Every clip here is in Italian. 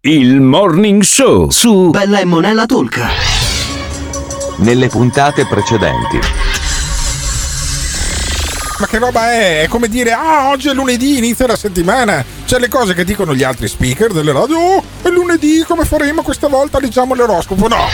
il Morning Show su Bella e Monella Talk. Nelle puntate precedenti. Ma che roba è? È come dire, oggi è lunedì, inizia la settimana. C'è le cose che dicono gli altri speaker delle radio. Oh, è lunedì, come faremo questa volta? Leggiamo l'oroscopo. No!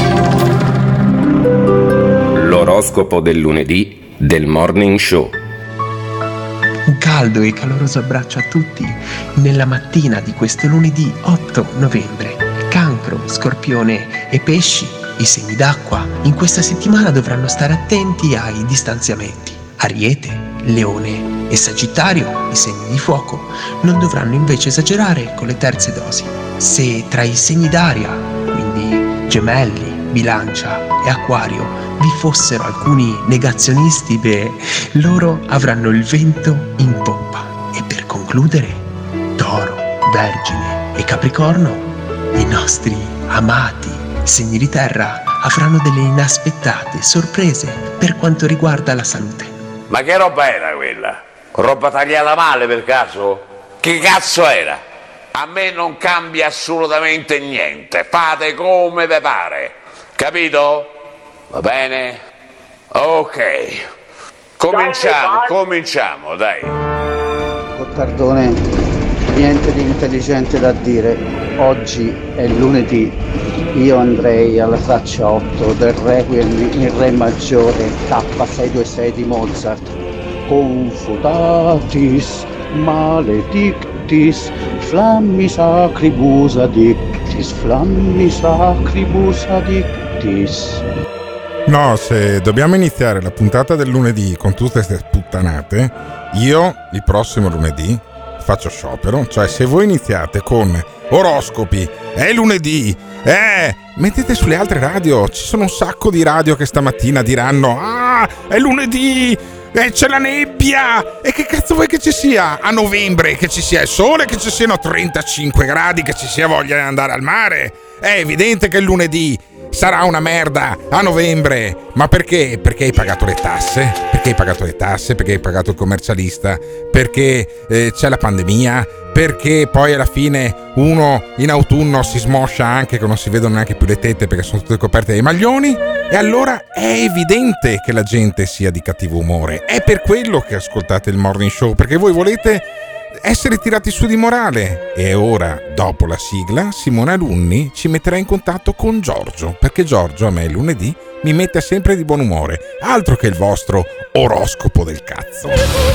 L'oroscopo del lunedì del Morning Show. Un caldo e caloroso abbraccio a tutti nella mattina di questo lunedì 8 novembre. Cancro, Scorpione e Pesci, i segni d'acqua, in questa settimana dovranno stare attenti ai distanziamenti. Ariete, Leone e Sagittario, i segni di fuoco, non dovranno invece esagerare con le terze dosi. Se tra i segni d'aria, quindi Gemelli, Bilancia e Acquario, vi fossero alcuni negazionisti, loro avranno il vento in poppa. E per concludere, Toro, Vergine e Capricorno, i nostri amati segni di terra, avranno delle inaspettate sorprese per quanto riguarda la salute. Ma che roba era quella? Roba tagliata male per caso? Che cazzo era? A me non cambia assolutamente niente, fate come vi pare, capito? Va bene? Ok, cominciamo, dai. Gottardone, niente di intelligente da dire. Oggi è lunedì. Io andrei alla traccia 8 del Requiem in Re maggiore K626 di Mozart. Confutatis maledictis flammi sacribus addictis, flammi sacribus addictis. No, se dobbiamo iniziare la puntata del lunedì con tutte queste puttanate, io il prossimo lunedì faccio sciopero. Cioè, se voi iniziate con oroscopi, è lunedì, mettete sulle altre radio. Ci sono un sacco di radio che stamattina diranno è lunedì, c'è la nebbia, e che cazzo vuoi che ci sia a novembre? Che ci sia il sole, che ci siano 35 gradi, che ci sia voglia di andare al mare? È evidente che il lunedì sarà una merda a novembre. Ma perché? Perché hai pagato le tasse? Perché hai pagato le tasse? Perché hai pagato il commercialista? Perché c'è la pandemia? Perché poi alla fine uno in autunno si smoscia anche che non si vedono neanche più le tette perché sono tutte coperte dai maglioni? E allora è evidente che la gente sia di cattivo umore. È per quello che ascoltate il Morning Show, perché voi volete essere tirati su di morale. E ora, dopo la sigla, Simone Alunni ci metterà in contatto con Giorgio, perché Giorgio a me lunedì mi mette sempre di buon umore, altro che il vostro oroscopo del cazzo.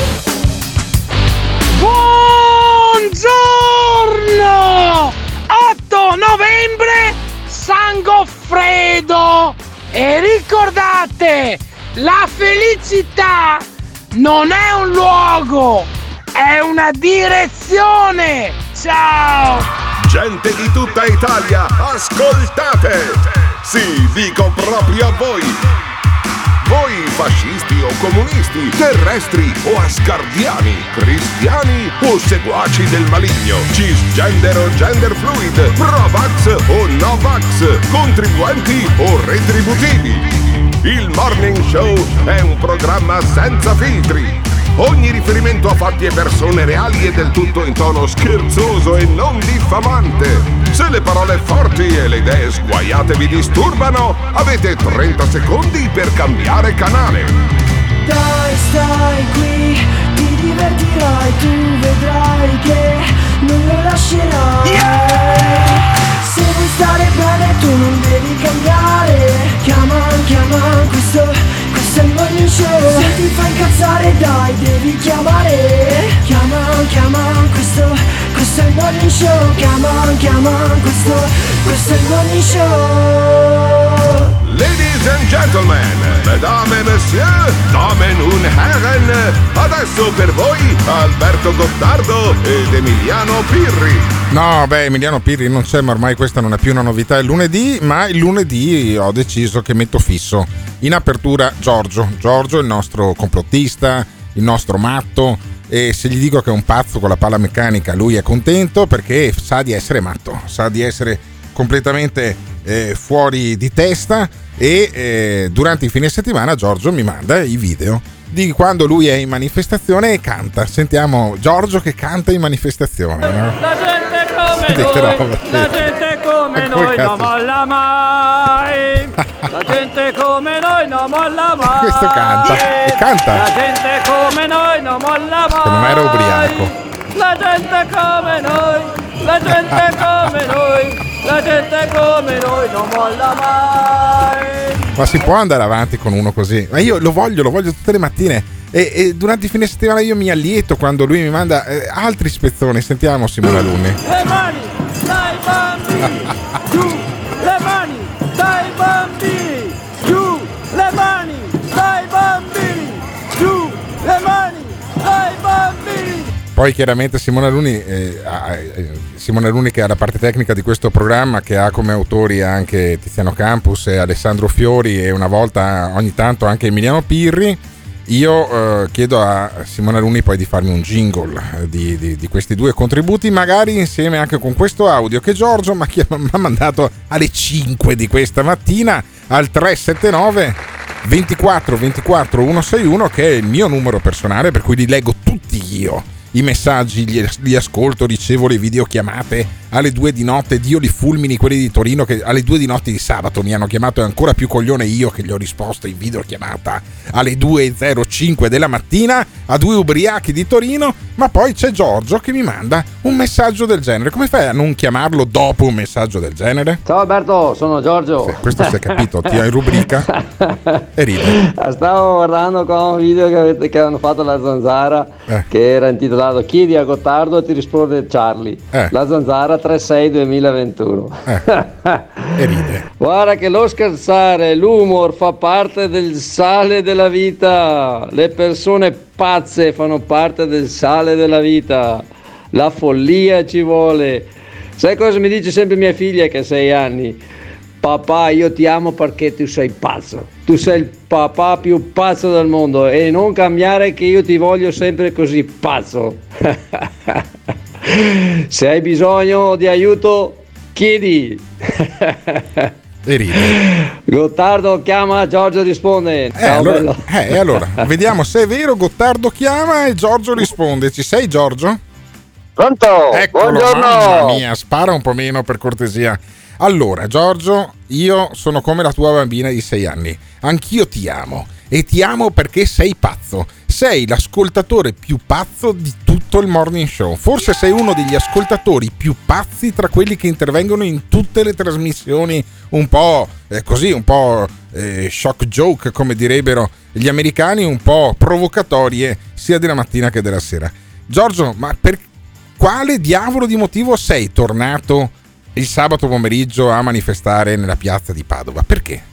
Buongiorno! 8 novembre, San Goffredo! E ricordate, la felicità non è un luogo, è una direzione! Ciao! Gente di tutta Italia, ascoltate! Sì, dico proprio a voi! Voi fascisti o comunisti, terrestri o asgardiani, cristiani o seguaci del maligno, cisgender o gender fluid, pro-vax o no-vax, contribuenti o retributivi. Il Morning Show è un programma senza filtri. Ogni riferimento a fatti e persone reali è del tutto in tono scherzoso e non diffamante. Se le parole forti e le idee sguaiate vi disturbano, avete 30 secondi per cambiare canale. Dai, stai qui, ti divertirai, tu vedrai che non lo lascerai. Se vuoi stare bene tu non devi cambiare. Chiama, questo è il Morning Show. Se ti fa incazzare dai, devi chiamare. Chiama, questo è il Morning Show. Chiama, questo è il Morning Show. Ladies and gentlemen, mesdames et messieurs, damen und herren, adesso per voi Alberto Gottardo ed Emiliano Pirri. No, Emiliano Pirri non c'è, ma ormai questa non è più una novità, è lunedì, ma il lunedì ho deciso che metto fisso in apertura Giorgio, il nostro complottista, il nostro matto, e se gli dico che è un pazzo con la palla meccanica lui è contento perché sa di essere matto, sa di essere completamente fuori di testa. E durante i fine settimana Giorgio mi manda i video di quando lui è in manifestazione e canta. Sentiamo Giorgio che canta in manifestazione, no? La gente come La gente come noi non molla mai. La gente come noi non molla mai. Questo canta. E canta. La gente come noi non molla mai. Che non era ubriaco. La gente come noi. La gente come noi. La gente come noi non molla mai. Ma si può andare avanti con uno così? Ma io lo voglio tutte le mattine. E durante il fine settimana io mi allieto quando lui mi manda altri spezzoni. Sentiamo Simone Alunni. Le mani dai bambini giù, le mani dai bambini giù, le mani dai bambini giù, le mani dai bambini. Poi chiaramente Simone Alunni che è la parte tecnica di questo programma, che ha come autori anche Tiziano Campus e Alessandro Fiori e una volta ogni tanto anche Emiliano Pirri. Io chiedo a Simone Alunni poi di farmi un jingle di questi due contributi, magari insieme anche con questo audio che Giorgio mi ha mandato alle 5 di questa mattina al 379 24 24 161, che è il mio numero personale, per cui li leggo tutti io. I messaggi li ascolto, ricevo le videochiamate alle 2 di notte, Dio li fulmini quelli di Torino che alle 2 di notte di sabato mi hanno chiamato, e ancora più coglione io che gli ho risposto in videochiamata alle 2:05 della mattina a due ubriachi di Torino. Ma poi c'è Giorgio che mi manda un messaggio del genere. Come fai a non chiamarlo dopo un messaggio del genere? Ciao Alberto, sono Giorgio. Questo si è capito, ti hai in rubrica e ride. Stavo guardando qua un video che hanno fatto la Zanzara, che era intitolato Chiedi a Gottardo e ti risponde Charlie. La Zanzara 3/6/2021. E ride. Guarda che lo scherzare, l'humor fa parte del sale della vita. Le persone pazze fanno parte del sale della vita. La follia ci vuole. Sai cosa mi dice sempre mia figlia che ha 6 anni? Papà, io ti amo perché tu sei pazzo. Tu sei il papà più pazzo del mondo e non cambiare che io ti voglio sempre così pazzo. Se hai bisogno di aiuto, chiedi. E ride. Gottardo chiama, Giorgio risponde. Allora, vediamo se è vero. Gottardo chiama e Giorgio risponde. Ci sei, Giorgio? Pronto? Eccolo, buongiorno. Mamma mia, spara un po' meno per cortesia. Allora, Giorgio, io sono come la tua bambina di 6 anni. Anch'io ti amo. E ti amo perché sei pazzo. Sei l'ascoltatore più pazzo di tutto il Morning Show. Forse sei uno degli ascoltatori più pazzi tra quelli che intervengono in tutte le trasmissioni un po' così, un po' shock joke, come direbbero gli americani, un po' provocatorie sia della mattina che della sera. Giorgio, ma per quale diavolo di motivo sei tornato il sabato pomeriggio a manifestare nella piazza di Padova? Perché?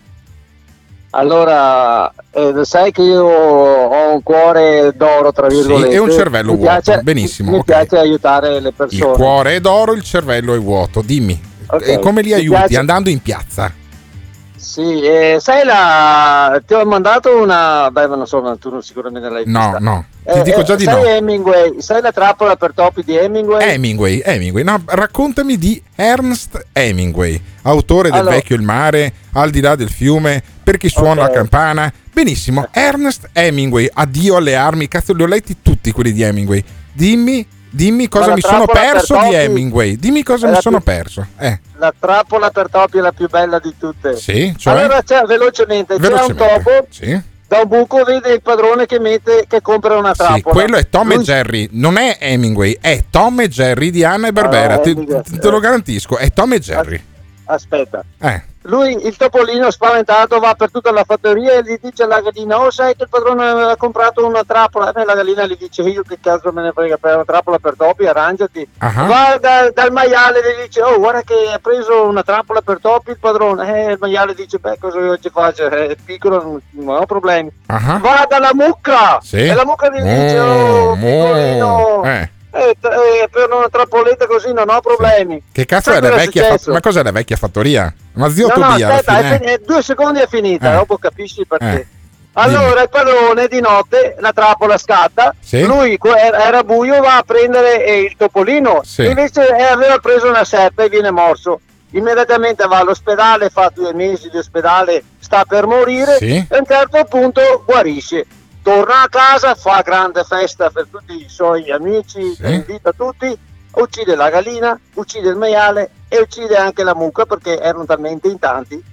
Allora, sai che io ho un cuore d'oro, tra virgolette. Sì, e un cervello vuoto, benissimo. Mi piace aiutare le persone. Il cuore è d'oro, il cervello è vuoto. Dimmi, come li aiuti? Andando in piazza? Sì, sai ti ho mandato una... Beh, non so, tu non sicuramente l'hai vista. No, ti dico già di no. Sai Hemingway, sai la trappola per topi di Hemingway? Hemingway, no, raccontami di Ernest Hemingway, autore del Vecchio il mare, Al di là del fiume, Per chi suona la campana. Benissimo, Ernest Hemingway, Addio alle armi, cazzo li ho letti tutti quelli di Hemingway. Dimmi cosa mi sono perso di Hemingway. Dimmi cosa mi sono perso. La trappola per topi è la più bella di tutte. Sì, cioè? Allora velocemente. C'è un topo, sì. Da un buco vede il padrone che compra una trappola. Sì, quello è Tom e Jerry, non è Hemingway, è Tom e Jerry di Hanna e Barbera. Te lo garantisco, è Tom e Jerry. Aspetta. Lui, il topolino spaventato, va per tutta la fattoria e gli dice alla gallina: oh, sai che il padrone aveva comprato una trappola. E la gallina gli dice: io che cazzo me ne frega, per una trappola per topi, arrangiati. Va dal maiale e gli dice: oh, guarda che ha preso una trappola per topi il padrone. Il maiale dice: beh, cosa io ci faccio? È piccolo, non ho problemi. Va dalla mucca, sì. E la mucca gli dice: oh, piccolino, per una trappoletta così non ho problemi. Sì. Che cazzo è la vecchia ma cos'è la vecchia fattoria? Ma zio Tobia, aspetta, 2 secondi è finita, dopo capisci perché. Allora il padrone di notte, la trappola scatta, sì. Lui era buio, va a prendere il topolino, sì. Invece aveva preso una serpe e viene morso. Immediatamente va all'ospedale, fa 2 mesi di ospedale, sta per morire, sì. E a un certo punto guarisce. Torna a casa, fa grande festa per tutti i suoi amici, sì. Invita tutti, uccide la gallina, uccide il maiale e uccide anche la mucca, perché erano talmente in tanti.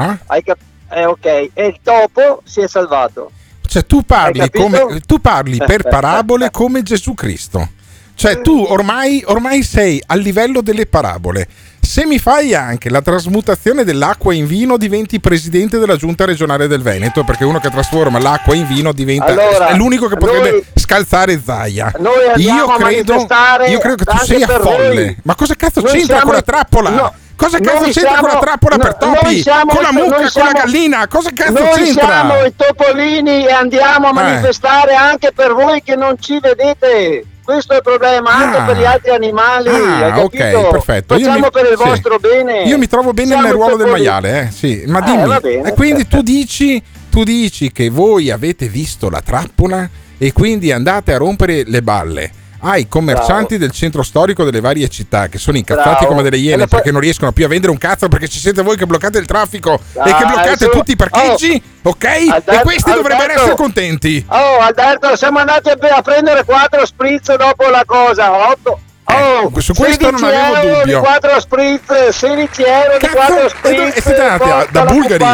Ok, e il topo si è salvato. Cioè tu parli per parabole come Gesù Cristo. Cioè tu ormai sei al livello delle parabole. Se mi fai anche la trasmutazione dell'acqua in vino, diventi presidente della giunta regionale del Veneto, perché uno che trasforma l'acqua in vino è l'unico che potrebbe scalzare Zaia. Io credo che tu sia folle. Ma cosa cazzo c'entra con la trappola? No. Cosa cazzo c'entra con la trappola per topi? Con la mucca, con la gallina? Cosa cazzo c'entra? Noi siamo i topolini e andiamo a manifestare anche per voi che non ci vedete. Questo è il problema anche per gli altri animali. Ok, perfetto. Facciamo per il vostro bene. Io mi trovo bene nel ruolo del maiale, sì. Ma dimmi, bene, e quindi tu dici che voi avete visto la trappola e quindi andate a rompere le balle ai commercianti del centro storico delle varie città, che sono incazzati come delle iene perché non riescono più a vendere un cazzo, perché ci siete voi che bloccate il traffico e che bloccate tutti i parcheggi, ok? E questi dovrebbero essere contenti. Alberto, siamo andati a prendere 4 spritz dopo la cosa, 8. Su questo non avevo dubbio. Di 4 spritz, 16 euro di 4 spritz. E siete andati da Bulgari?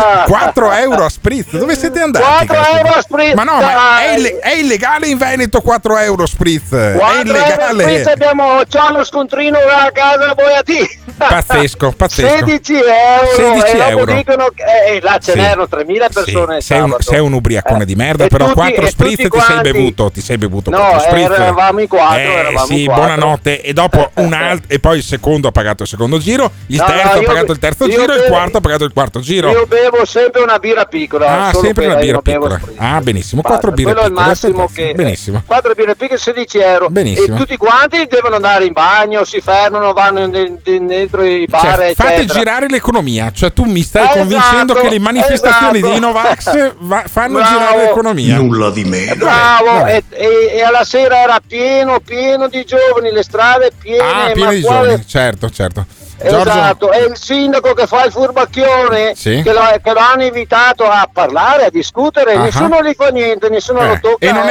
4 euro a spritz? Dove siete andati? 4 euro a spritz. Ma no, ma è illegale in Veneto 4 euro spritz. È illegale. C'ho lo scontrino a casa, voi a te. Pazzesco. 16 euro. 16 euro. Dicono che là ce n'erano 3.000 persone. Sei un ubriacone di merda, però 4 spritz ti sei bevuto. No, eravamo in 4. Sì, buonanotte. E dopo e poi il secondo ha pagato il secondo giro, il terzo ha pagato il terzo giro, il quarto ha pagato il quarto giro. Io bevo sempre una birra piccola. Sempre una birra piccola. Benissimo, 4 birre piccole. Quello è il massimo che. Benissimo. 4 birre piccole, 16 euro. Benissimo. E tutti quanti devono andare in bagno, si fermano, vanno dentro i bar, eccetera. Fate girare l'economia, cioè tu mi stai convincendo che le manifestazioni dei Novax fanno girare l'economia. Nulla di meno. Bravo, e alla sera era pieno di giovani, le strade piene di giovani, certo. Esatto, e il sindaco che fa il furbacchione, che lo hanno invitato a parlare, a discutere, nessuno gli fa niente, nessuno lo tocca. E non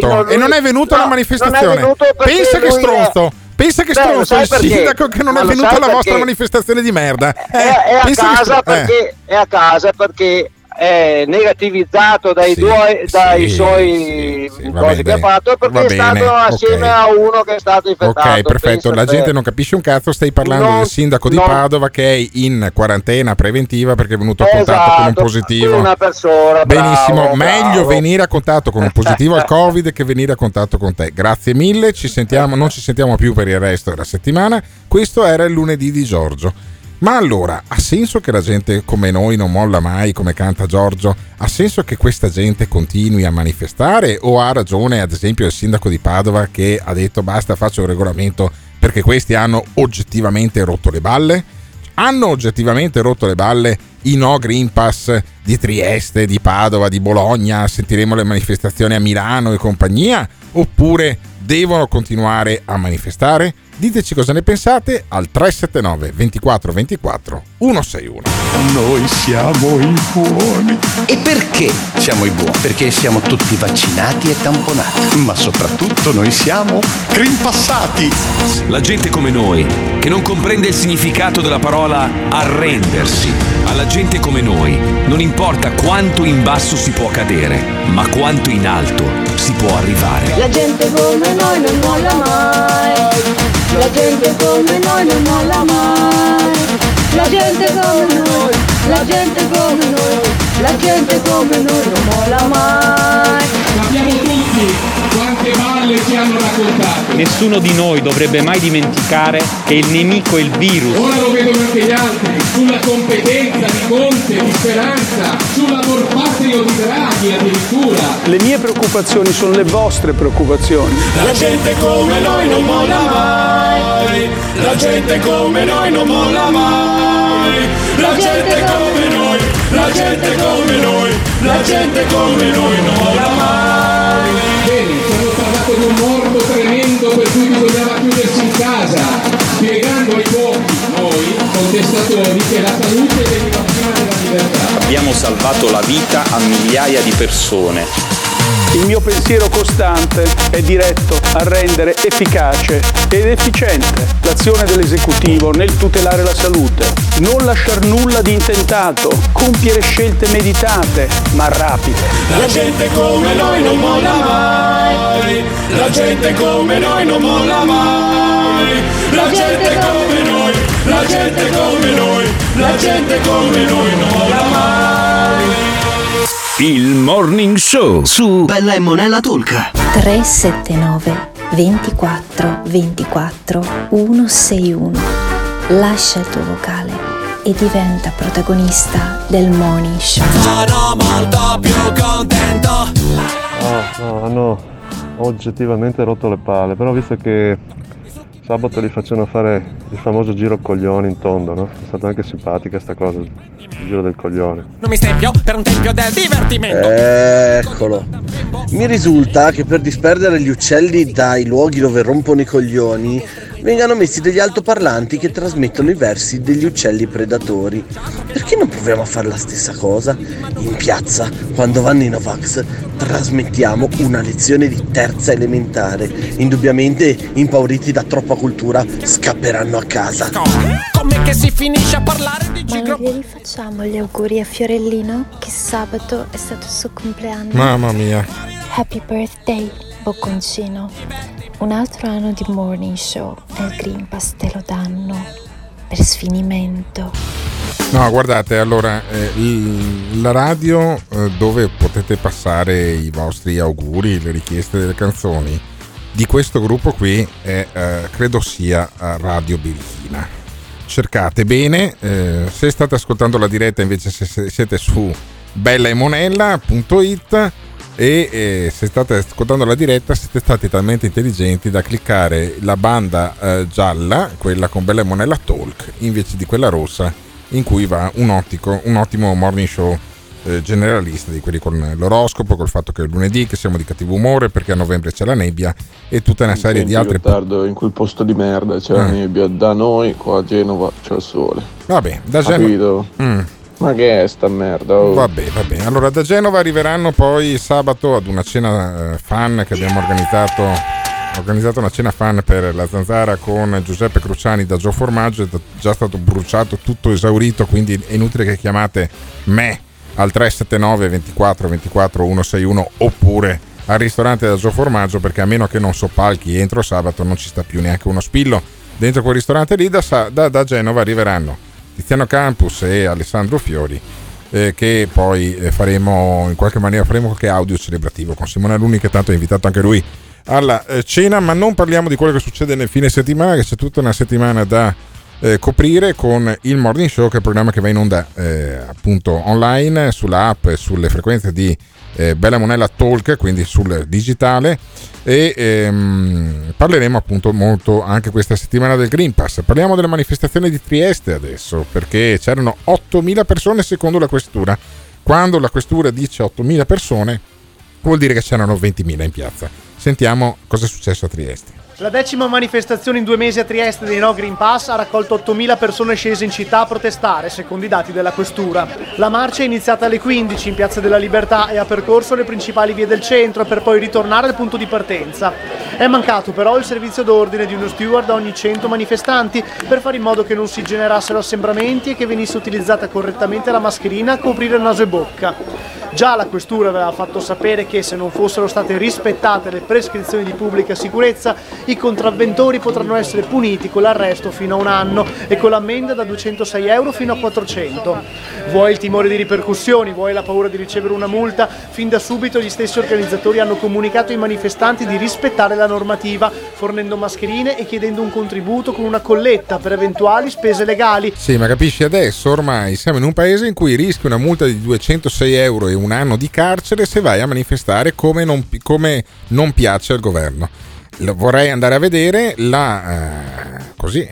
è venuto alla manifestazione. Pensa che stronzo. Pensa che stronzo il sindaco che non è venuto alla vostra manifestazione di merda. È a casa perché è negativizzato dai suoi cose che ha fatto, perché è stato assieme a uno che è stato infettato. Ok, perfetto, la gente non capisce un cazzo. Stai parlando del sindaco di Padova che è in quarantena preventiva perché è venuto a contatto con un positivo. Una persona, benissimo, meglio venire a contatto con un positivo al Covid che venire a contatto con te. Grazie mille, non ci sentiamo più per il resto della settimana. Questo era il lunedì di Giorgio. Ma allora, ha senso che la gente come noi non molla mai, come canta Giorgio? Ha senso che questa gente continui a manifestare? O ha ragione, ad esempio, il sindaco di Padova che ha detto basta, faccio un regolamento perché questi hanno oggettivamente rotto le balle? Hanno oggettivamente rotto le balle i no Green Pass di Trieste, di Padova, di Bologna? Sentiremo le manifestazioni a Milano e compagnia? Oppure devono continuare a manifestare? Diteci cosa ne pensate al 379 24 24 161. Noi siamo i buoni. E perché siamo i buoni? Perché siamo tutti vaccinati e tamponati. Ma soprattutto noi siamo grimpassati. La gente come noi, che non comprende il significato della parola arrendersi. Alla gente come noi non importa quanto in basso si può cadere, ma quanto in alto si può arrivare. La gente come noi non molla mai. La gente come noi non molla mai. La gente come noi, la gente come noi, la gente come noi non molla mai. Sappiamo tutti quante balle ci hanno raccontato. Nessuno di noi dovrebbe mai dimenticare che il nemico è il virus. Ora lo vedono anche gli altri, sulla competenza di Conte, di Speranza, sull'amor patrio di Draghi addirittura. Le mie preoccupazioni sono le vostre preoccupazioni. La gente come noi non molla mai. La gente come noi non molla mai. La gente come noi, la gente come noi, la gente come noi non molla mai. Bene, ci hanno parlato di un morbo tremendo per cui bisognava chiudersi in casa, spiegando ai pochi, noi, contestatori, che la salute deriva prima della libertà. Abbiamo salvato la vita a migliaia di persone. Il mio pensiero costante è diretto a rendere efficace ed efficiente l'azione dell'esecutivo nel tutelare la salute, non lasciar nulla di intentato, compiere scelte meditate ma rapide. La gente come noi non molla mai, la gente come noi non molla mai, la gente come noi, la gente come noi, la gente come noi non molla mai. Il Morning Show su Bella e Monella Talk. 379 24 24 161. Lascia il tuo vocale e diventa protagonista del Morning Show. Sono molto più contento. No, ho oggettivamente rotto le palle, però visto che sabato li facciano fare il famoso giro coglioni in tondo, no? È stata anche simpatica sta cosa, il giro del coglione. Non mi stempio per un tempio del divertimento. Eccolo. Mi risulta che per disperdere gli uccelli dai luoghi dove rompono i coglioni vengano messi degli altoparlanti che trasmettono i versi degli uccelli predatori. Perché non proviamo a fare la stessa cosa? In piazza, quando vanno i Novax, trasmettiamo una lezione di terza elementare. Indubbiamente, impauriti da troppa cultura, scapperanno a casa. Come che si finisce a parlare di Ma non gli facciamo gli auguri a Fiorellino, che sabato è stato il suo compleanno. Mamma mia. Happy birthday, bocconcino. Un altro anno di Morning Show e il Green Pass te lo danno per sfinimento. No, guardate, allora, la radio dove potete passare i vostri auguri, le richieste delle canzoni, di questo gruppo qui è, credo sia Radio Birichina. Cercate bene, se state ascoltando la diretta invece se siete su bellaemonella.it e se state ascoltando la diretta siete stati talmente intelligenti da cliccare la banda gialla, quella con Bella e Monella Talk, invece di quella rossa in cui va un ottimo morning show generalista, di quelli con l'oroscopo, col fatto che è lunedì, che siamo di cattivo umore perché a novembre c'è la nebbia e tutta una serie di altre in quel posto di merda c'è la nebbia, da noi qua a Genova c'è il sole. Vabbè, da Genova. Ma che è sta merda? Oh. Vabbè. Allora da Genova arriveranno poi sabato ad una cena fan che abbiamo organizzato una cena fan per la Zanzara con Giuseppe Cruciani da Gio Formaggio. È già stato bruciato, tutto esaurito, quindi è inutile che chiamate me al 379 24 24 161 oppure al ristorante da Gio Formaggio, perché a meno che non soppalchi entro sabato non ci sta più neanche uno spillo dentro quel ristorante lì. Da Genova arriveranno Tiziano Campus e Alessandro Fiori, che poi faremo in qualche maniera qualche audio celebrativo con Simone Alunni, che tanto è invitato anche lui alla cena. Ma non parliamo di quello che succede nel fine settimana, che c'è tutta una settimana da coprire con il Morning Show, che è il programma che va in onda appunto online sulla app e sulle frequenze di Bella Monella Talk, quindi sul digitale, e parleremo appunto molto anche questa settimana del Green Pass. Parliamo delle manifestazioni di Trieste adesso, perché c'erano 8.000 persone secondo la questura. Quando la questura dice 8.000 persone vuol dire che c'erano 20.000 in piazza. Sentiamo cosa è successo a Trieste. La 10ª manifestazione in 2 mesi a Trieste dei No Green Pass ha raccolto 8.000 persone scese in città a protestare, secondo i dati della questura. La marcia è iniziata alle 15 in Piazza della Libertà e ha percorso le principali vie del centro per poi ritornare al punto di partenza. È mancato però il servizio d'ordine di uno steward a ogni 100 manifestanti per fare in modo che non si generassero assembramenti e che venisse utilizzata correttamente la mascherina a coprire naso e bocca. Già la questura aveva fatto sapere che se non fossero state rispettate le prescrizioni di pubblica sicurezza, i contravventori potranno essere puniti con l'arresto fino a 1 anno e con l'ammenda da 206 euro fino a 400. Vuoi il timore di ripercussioni, vuoi la paura di ricevere una multa, fin da subito gli stessi organizzatori hanno comunicato ai manifestanti di rispettare la normativa, fornendo mascherine e chiedendo un contributo con una colletta per eventuali spese legali. Sì, ma capisci, adesso ormai siamo in un paese in cui rischi una multa di 206 euro e 1 anno di carcere se vai a manifestare come non piace al governo. Vorrei andare a vedere se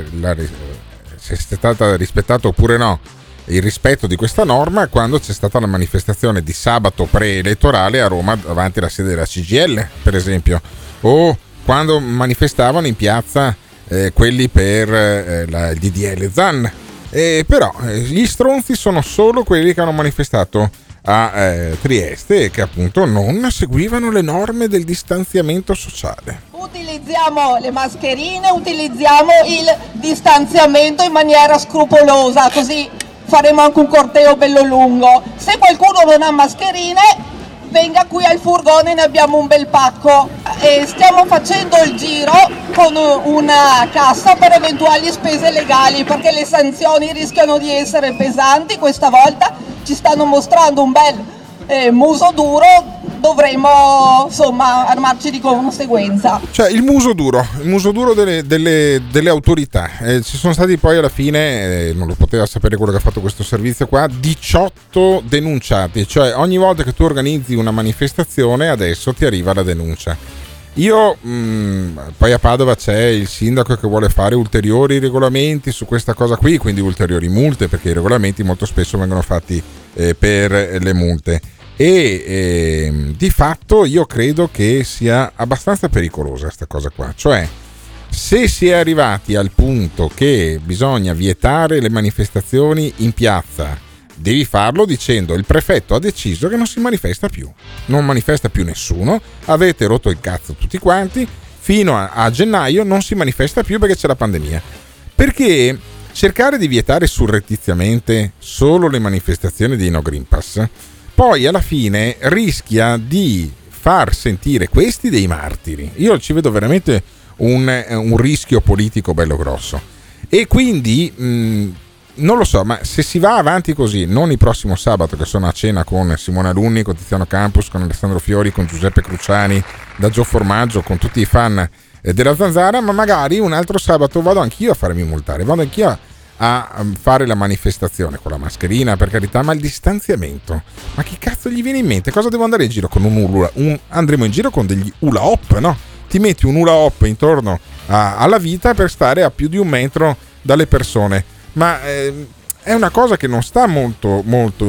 è stata rispettata oppure no il rispetto di questa norma quando c'è stata la manifestazione di sabato preelettorale a Roma davanti alla sede della CGIL, per esempio, o quando manifestavano in piazza quelli per il DDL Zan. Però gli stronzi sono solo quelli che hanno manifestato a Trieste e che appunto non seguivano le norme del distanziamento sociale. Utilizziamo le mascherine, utilizziamo il distanziamento in maniera scrupolosa, così faremo anche un corteo bello lungo. Se qualcuno non ha mascherine, venga qui al furgone, ne abbiamo un bel pacco. E stiamo facendo il giro con una cassa per eventuali spese legali, perché le sanzioni rischiano di essere pesanti. Questa volta ci stanno mostrando un bel muso duro, dovremo insomma armarci di conseguenza. Cioè il muso duro delle autorità. Ci sono stati poi alla fine, non lo poteva sapere quello che ha fatto questo servizio qua, 18 denunciati. Cioè ogni volta che tu organizzi una manifestazione adesso ti arriva la denuncia. Io poi a Padova c'è il sindaco che vuole fare ulteriori regolamenti su questa cosa qui, quindi ulteriori multe, perché i regolamenti molto spesso vengono fatti per le multe. E di fatto io credo che sia abbastanza pericolosa questa cosa qua. Cioè, se si è arrivati al punto che bisogna vietare le manifestazioni in piazza, devi farlo dicendo: il prefetto ha deciso che non si manifesta più, non manifesta più nessuno, avete rotto il cazzo tutti quanti, fino a gennaio non si manifesta più perché c'è la pandemia. Perché cercare di vietare surrettiziamente solo le manifestazioni di No Green Pass poi alla fine rischia di far sentire questi dei martiri. Io ci vedo veramente un rischio politico bello grosso. E quindi non lo so, ma se si va avanti così, non il prossimo sabato che sono a cena con Simone Alunni, con Tiziano Campus, con Alessandro Fiori, con Giuseppe Cruciani, da Gio Formaggio, con tutti i fan della Zanzara, ma magari un altro sabato vado anch'io a farmi multare, vado anch'io a fare la manifestazione con la mascherina, per carità, ma il distanziamento, ma chi cazzo gli viene in mente? Cosa devo andare in giro con andremo in giro con degli hula hoop, no? Ti metti un hula hoop intorno alla vita per stare a più di 1 metro dalle persone, ma è una cosa che non sta molto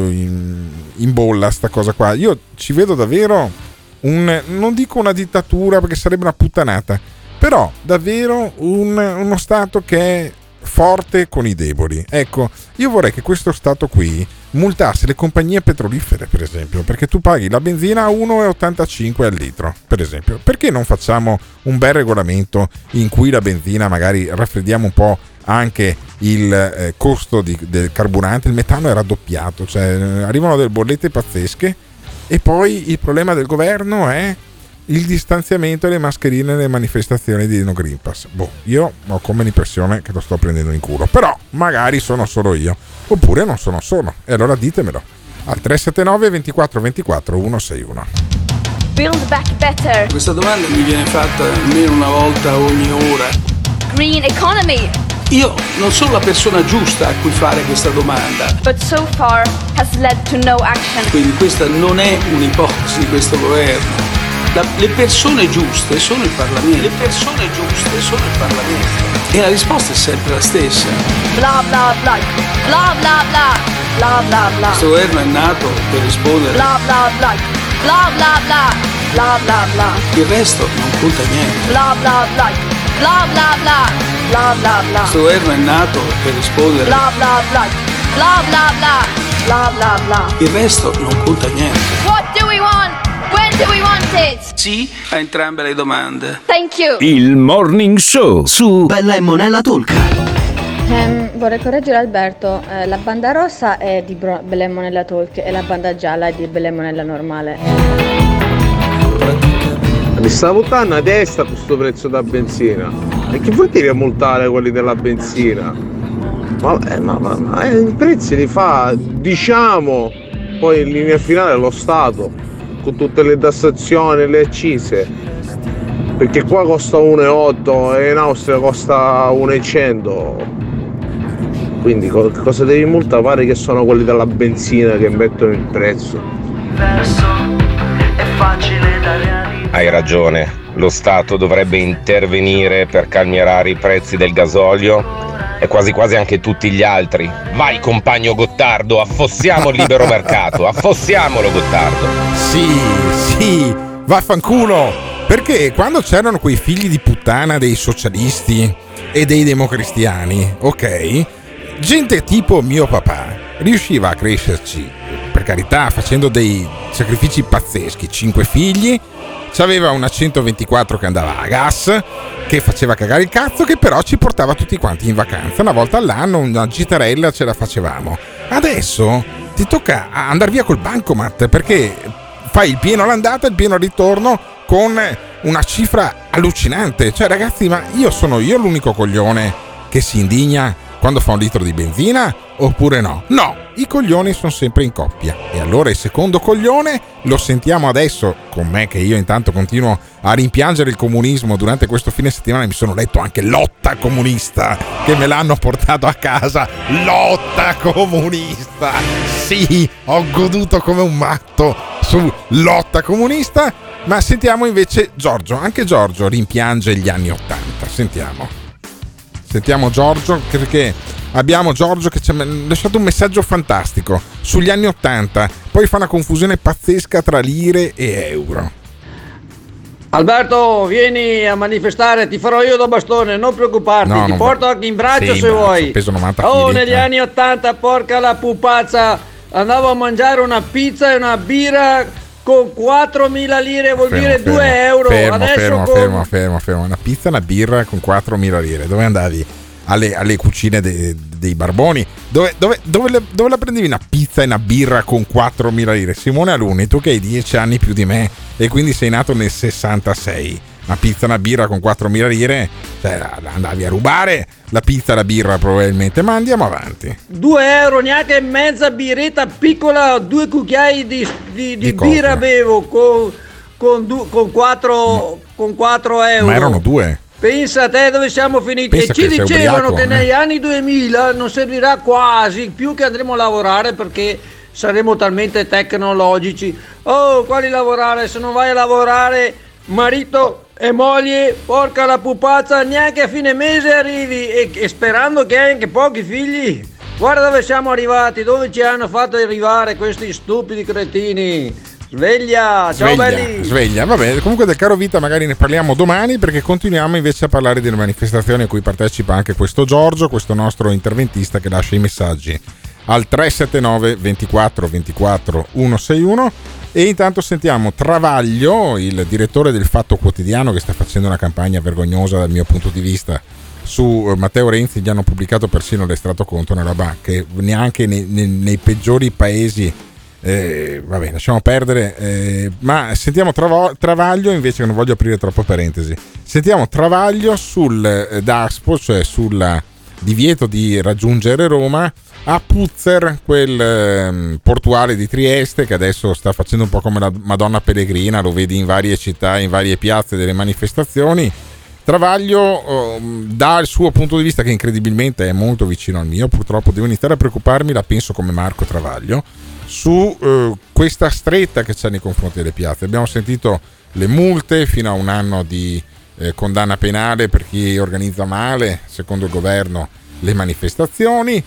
in bolla sta cosa qua. Io ci vedo davvero non dico una dittatura perché sarebbe una puttanata, però davvero uno stato che è forte con i deboli. Ecco, io vorrei che questo stato qui multasse le compagnie petrolifere, per esempio, perché tu paghi la benzina a 1,85 al litro, per esempio. Perché non facciamo un bel regolamento in cui la benzina magari raffreddiamo un po' anche il costo del carburante? Il metano è raddoppiato, cioè arrivano delle bollette pazzesche, e poi il problema del governo è il distanziamento e le mascherine nelle manifestazioni di No Green Pass. Io ho come l'impressione che lo sto prendendo in culo, però magari sono solo io, oppure non sono solo, e allora ditemelo al 379 24 24 161. Build back better. Questa domanda mi viene fatta almeno una volta ogni ora. Green economy. Io non sono la persona giusta a cui fare questa domanda. But so far has led to no action. Quindi questa non è un'ipotesi di questo governo. Le persone giuste sono il Parlamento. Le persone giuste sono il Parlamento. E la risposta è sempre la stessa. Bla bla bla. Bla bla bla. Bla bla bla. Questo governo è nato per rispondere. Bla bla bla. Bla bla bla. Bla bla bla. Il resto non conta niente. Bla bla bla. Bla bla bla. Bla bla bla. Questo governo è nato per rispondere. Bla bla bla. Bla bla bla. Bla bla bla. Il resto non conta niente. What do we want? When do we want it? Sì a entrambe le domande. Thank you. Il Morning Show su Bella e Monella Talk. Vorrei correggere Alberto, la banda rossa è di Bella e Monella Talk e la banda gialla è di Bella e Monella normale. Mi sta buttando a testa questo prezzo da benzina. E che vuol dire multare quelli della benzina? Ma i prezzi li fa, diciamo, poi in linea finale lo Stato, con tutte le tassazioni e le accise, perché qua costa 1,8 e in Austria costa 1,100. Quindi cosa devi multare? Pare che sono quelli della benzina che mettono il prezzo. Hai ragione, lo Stato dovrebbe intervenire per calmierare i prezzi del gasolio e quasi quasi anche tutti gli altri. Vai compagno Gottardo, affossiamo il libero mercato, affossiamolo Gottardo. Sì, vaffanculo, perché quando c'erano quei figli di puttana dei socialisti e dei democristiani, ok, gente tipo mio papà riusciva a crescerci, per carità, facendo dei sacrifici pazzeschi, 5 figli, c'aveva una 124 che andava a gas, che faceva cagare il cazzo, che però ci portava tutti quanti in vacanza, una volta all'anno una gitarella ce la facevamo. Adesso ti tocca andare via col bancomat, perché fai il pieno all'andata e il pieno al ritorno con una cifra allucinante. Cioè ragazzi, ma sono io l'unico coglione che si indigna quando fa un litro di benzina oppure no? No, i coglioni sono sempre in coppia. E allora il secondo coglione lo sentiamo adesso con me, che io intanto continuo a rimpiangere il comunismo. Durante questo fine settimana mi sono letto anche Lotta Comunista, che me l'hanno portato a casa. Lotta Comunista, sì, ho goduto come un matto su Lotta Comunista. Ma sentiamo invece Giorgio. Anche Giorgio rimpiange gli anni '80. Sentiamo Giorgio, perché abbiamo Giorgio che ci ha lasciato un messaggio fantastico sugli anni '80. Poi fa una confusione pazzesca tra lire e euro. Alberto, vieni a manifestare, ti farò io da bastone, non preoccuparti, ti porto anche in braccio se vuoi. Peso 90 kg. Negli anni '80, porca la pupazza, andavo a mangiare una pizza e una birra con 4.000 lire, vuol dire 2 euro. Fermo. Una pizza e una birra con 4.000 lire. Dove andavi? Alle cucine dei barboni? Dove la prendevi una pizza e una birra con 4.000 lire? Simone Alunni, tu che hai 10 anni più di me e quindi sei nato nel 66. Una pizza e una birra con 4.000 lire, cioè andavi a rubare la pizza e la birra probabilmente. Ma andiamo avanti. 2 euro, neanche mezza birretta piccola, 2 cucchiai di birra bevo con 4 euro. Ma erano 2. Pensa a te dove siamo finiti. E ci dicevano che negli anni 2000 non servirà quasi più, che andremo a lavorare perché saremo talmente tecnologici. Oh, quali lavorare? Se non vai a lavorare, marito e moglie, porca la pupazza, neanche a fine mese arrivi, e sperando che hai anche pochi figli. Guarda dove siamo arrivati, dove ci hanno fatto arrivare questi stupidi cretini. Sveglia, ciao belli. Sveglia, vabbè, comunque del caro vita magari ne parliamo domani, perché continuiamo invece a parlare delle manifestazioni a cui partecipa anche questo Giorgio, questo nostro interventista che lascia i messaggi al 379 24 24 161. E intanto sentiamo Travaglio, il direttore del Fatto Quotidiano, che sta facendo una campagna vergognosa dal mio punto di vista su Matteo Renzi. Gli hanno pubblicato persino l'estratto conto, una roba che neanche nei peggiori paesi, vabbè, lasciamo perdere, ma sentiamo Travaglio invece, che non voglio aprire troppo parentesi. Sentiamo Travaglio sul DASPO, cioè sul divieto di raggiungere Roma a Puzzer, quel portuale di Trieste che adesso sta facendo un po' come la Madonna Pellegrina, lo vedi in varie città, in varie piazze delle manifestazioni. Travaglio dà il suo punto di vista, che incredibilmente è molto vicino al mio. Purtroppo devo iniziare a preoccuparmi, la penso come Marco Travaglio, su questa stretta che c'è nei confronti delle piazze. Abbiamo sentito le multe fino a 1 anno di condanna penale per chi organizza male, secondo il governo, le manifestazioni,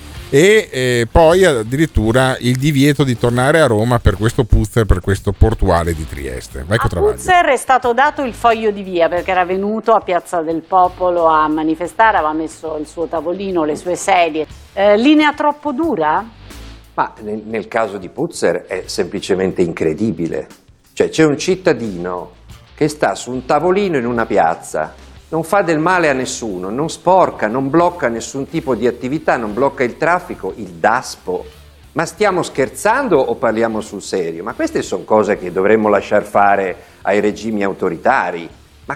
e poi addirittura il divieto di tornare a Roma per questo Puzzer, per questo portuale di Trieste. Vai, a Puzzer è stato dato il foglio di via perché era venuto a Piazza del Popolo a manifestare, aveva messo il suo tavolino, le sue sedie. Linea troppo dura? Ma nel caso di Puzzer è semplicemente incredibile. Cioè c'è un cittadino che sta su un tavolino in una piazza, non fa del male a nessuno, non sporca, non blocca nessun tipo di attività, non blocca il traffico, il DASPO. Ma stiamo scherzando o parliamo sul serio? Ma queste sono cose che dovremmo lasciar fare ai regimi autoritari. Ma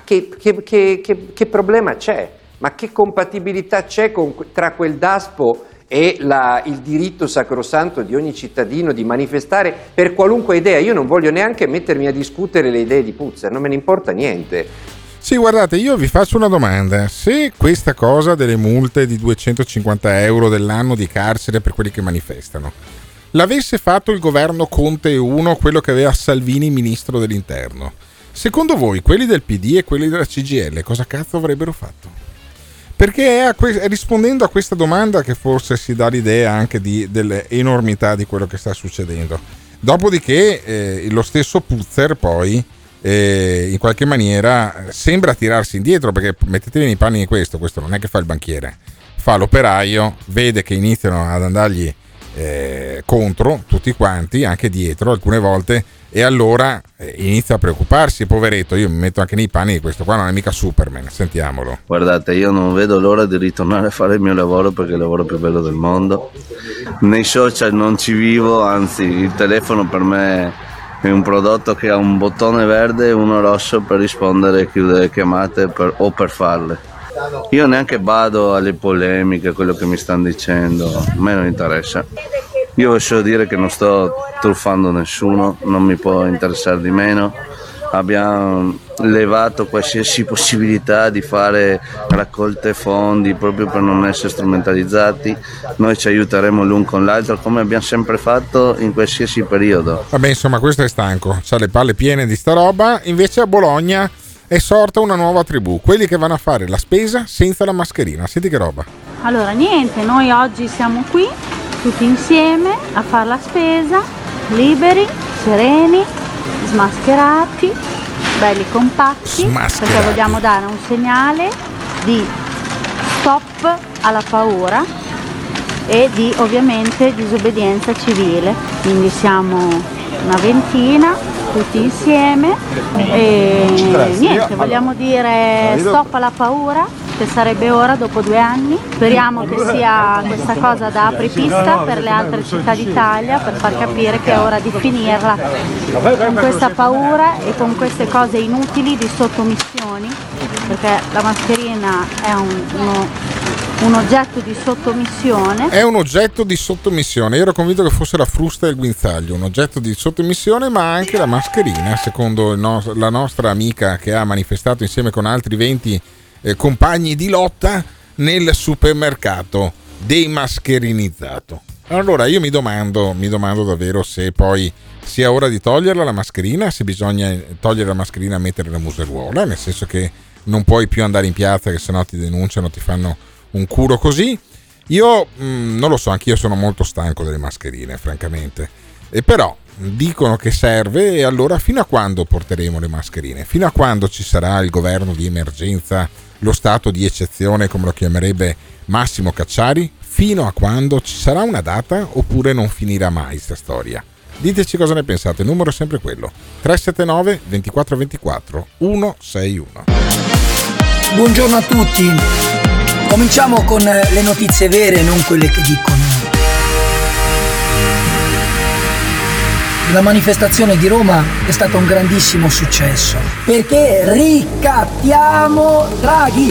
che problema c'è? Ma che compatibilità c'è tra quel DASPO e il diritto sacrosanto di ogni cittadino di manifestare per qualunque idea? Io non voglio neanche mettermi a discutere le idee di Puzzer, non me ne importa niente. Sì, guardate, io vi faccio una domanda: se questa cosa delle multe di 250 euro dell'anno di carcere per quelli che manifestano l'avesse fatto il governo Conte 1, quello che aveva Salvini ministro dell'interno, secondo voi quelli del PD e quelli della CGIL cosa cazzo avrebbero fatto? Perché è rispondendo a questa domanda che forse si dà l'idea anche dell'enormità di quello che sta succedendo. Dopodiché lo stesso Puzzer poi in qualche maniera sembra tirarsi indietro, perché mettetevi nei panni di questo non è che fa il banchiere, fa l'operaio, vede che iniziano ad andargli contro tutti quanti, anche dietro alcune volte, e allora inizia a preoccuparsi, poveretto. Io mi metto anche nei panni di questo qua, non è mica Superman. Sentiamolo. Guardate, io non vedo l'ora di ritornare a fare il mio lavoro, perché è il lavoro più bello del mondo. Nei social non ci vivo, anzi il telefono per me è un prodotto che ha un bottone verde e uno rosso per rispondere e chiudere chiamate o per farle. Io neanche vado alle polemiche, quello che mi stanno dicendo, a me non interessa. Io voglio solo dire che non sto truffando nessuno, non mi può interessare di meno. Abbiamo levato qualsiasi possibilità di fare raccolte fondi proprio per non essere strumentalizzati. Noi ci aiuteremo l'un con l'altro come abbiamo sempre fatto in qualsiasi periodo. Vabbè, insomma, questo è stanco, c'ha le palle piene di sta roba. Invece a Bologna è sorta una nuova tribù, quelli che vanno a fare la spesa senza la mascherina. Senti che roba. Allora niente, noi oggi siamo qui tutti insieme a fare la spesa, liberi, sereni, smascherati, belli compatti, perché vogliamo dare un segnale di stop alla paura e di ovviamente disobbedienza civile. Quindi siamo una ventina tutti insieme e niente, vogliamo dire stop alla paura, che sarebbe ora dopo 2 anni. Speriamo che sia questa cosa da apripista per le altre città d'Italia, per far capire che è ora di finirla con questa paura e con queste cose inutili di sottomissioni, perché la mascherina è un oggetto di sottomissione. È un oggetto di sottomissione. Io ero convinto che fosse la frusta e il guinzaglio, un oggetto di sottomissione, ma anche la mascherina, secondo la nostra amica che ha manifestato insieme con altri 20 compagni di lotta nel supermercato demascherinizzato. Allora io mi domando davvero se poi sia ora di toglierla la mascherina, se bisogna togliere la mascherina e mettere la museruola, nel senso che non puoi più andare in piazza, che sennò ti denunciano, ti fanno un culo così. Io non lo so, anch'io sono molto stanco delle mascherine, francamente, e però dicono che serve, e allora fino a quando porteremo le mascherine? Fino a quando ci sarà il governo di emergenza, lo stato di eccezione come lo chiamerebbe Massimo Cacciari? Fino a quando? Ci sarà una data oppure non finirà mai sta storia? Diteci cosa ne pensate, il numero è sempre quello, 379 2424 161. Buongiorno a tutti, cominciamo con le notizie vere, non quelle che dicono. La manifestazione di Roma è stata un grandissimo successo, perché ricattiamo Draghi.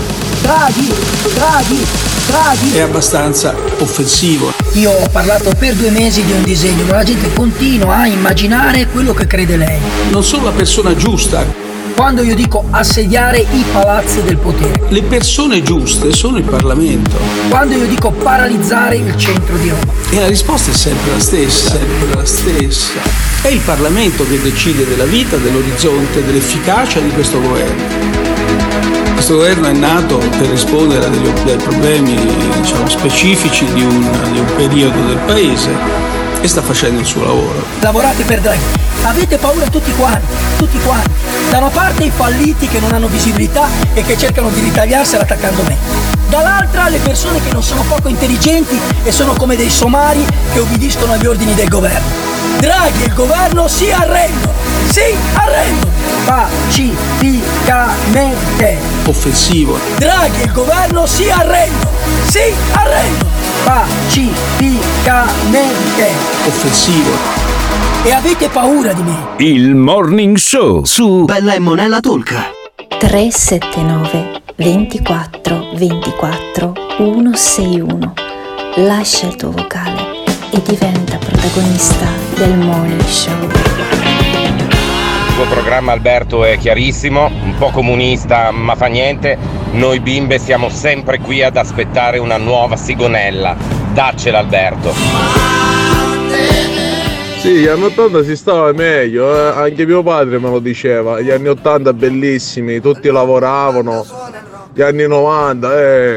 È abbastanza offensivo. Io ho parlato per 2 mesi di un disegno, ma la gente continua a immaginare quello che crede lei. Non sono la persona giusta. Quando io dico assediare i palazzi del potere, le persone giuste sono il Parlamento. Quando io dico paralizzare il centro di Roma, e la risposta è sempre la stessa. È il Parlamento che decide della vita, dell'orizzonte, dell'efficacia di questo governo. Questo governo è nato per rispondere ai problemi, specifici di un periodo del Paese, e sta facendo il suo lavoro. Lavorate per Draghi, avete paura tutti quanti. Da una parte i falliti che non hanno visibilità e che cercano di ritagliarsela attaccando me. Dall'altra le persone che non sono poco intelligenti e sono come dei somari che obbediscono agli ordini del governo. Draghi e il governo si arrendono. Pacificamente. Offensivo. Draghi e il governo si arrendono. Pacificamente. Offensivo. E avete paura di me? Il Morning Show su Bella e Monella Talk. 379 24 24 161. Lascia il tuo vocale e diventa protagonista del Morning Show. Il tuo programma, Alberto, è chiarissimo, un po' comunista, ma fa niente. Noi bimbe siamo sempre qui ad aspettare una nuova Sigonella. Daccela, Alberto. Sì, gli anni 80 si stava meglio, anche mio padre me lo diceva, gli anni 80 bellissimi, tutti lavoravano, gli anni 90,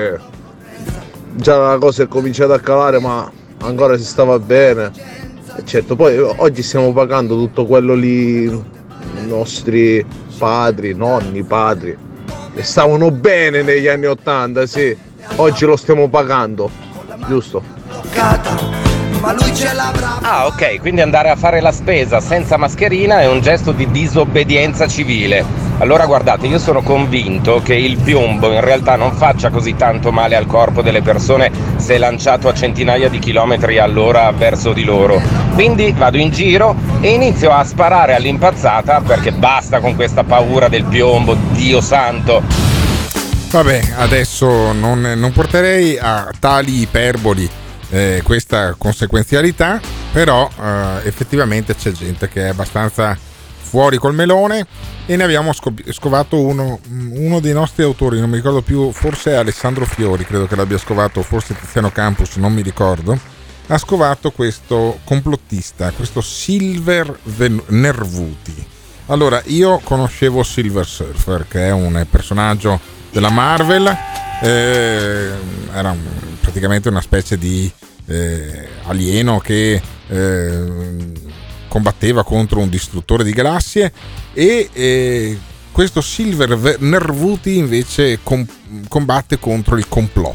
già la cosa è cominciata a calare, ma ancora si stava bene. E certo, poi oggi stiamo pagando tutto quello lì, i nostri padri, nonni, padri, e stavano bene negli anni 80, sì, oggi lo stiamo pagando, giusto? ma lui ce l'avrà. Ah, ok, quindi andare a fare la spesa senza mascherina è un gesto di disobbedienza civile. Allora guardate, io sono convinto che il piombo in realtà non faccia così tanto male al corpo delle persone se lanciato a centinaia di chilometri all'ora verso di loro. Quindi vado in giro e inizio a sparare all'impazzata, perché basta con questa paura del piombo, Dio santo. Vabbè, adesso non porterei a tali iperboli questa conseguenzialità, però effettivamente c'è gente che è abbastanza fuori col melone e ne abbiamo scovato uno dei nostri autori, non mi ricordo più, forse è Alessandro Fiori, credo che l'abbia scovato, forse Tiziano Campus, non mi ricordo. Ha scovato questo complottista, questo Silver Nervuti. Allora, io conoscevo Silver Surfer, che è un personaggio della Marvel, era praticamente una specie di alieno che combatteva contro un distruttore di galassie, e questo Silver Nervuti invece combatte contro il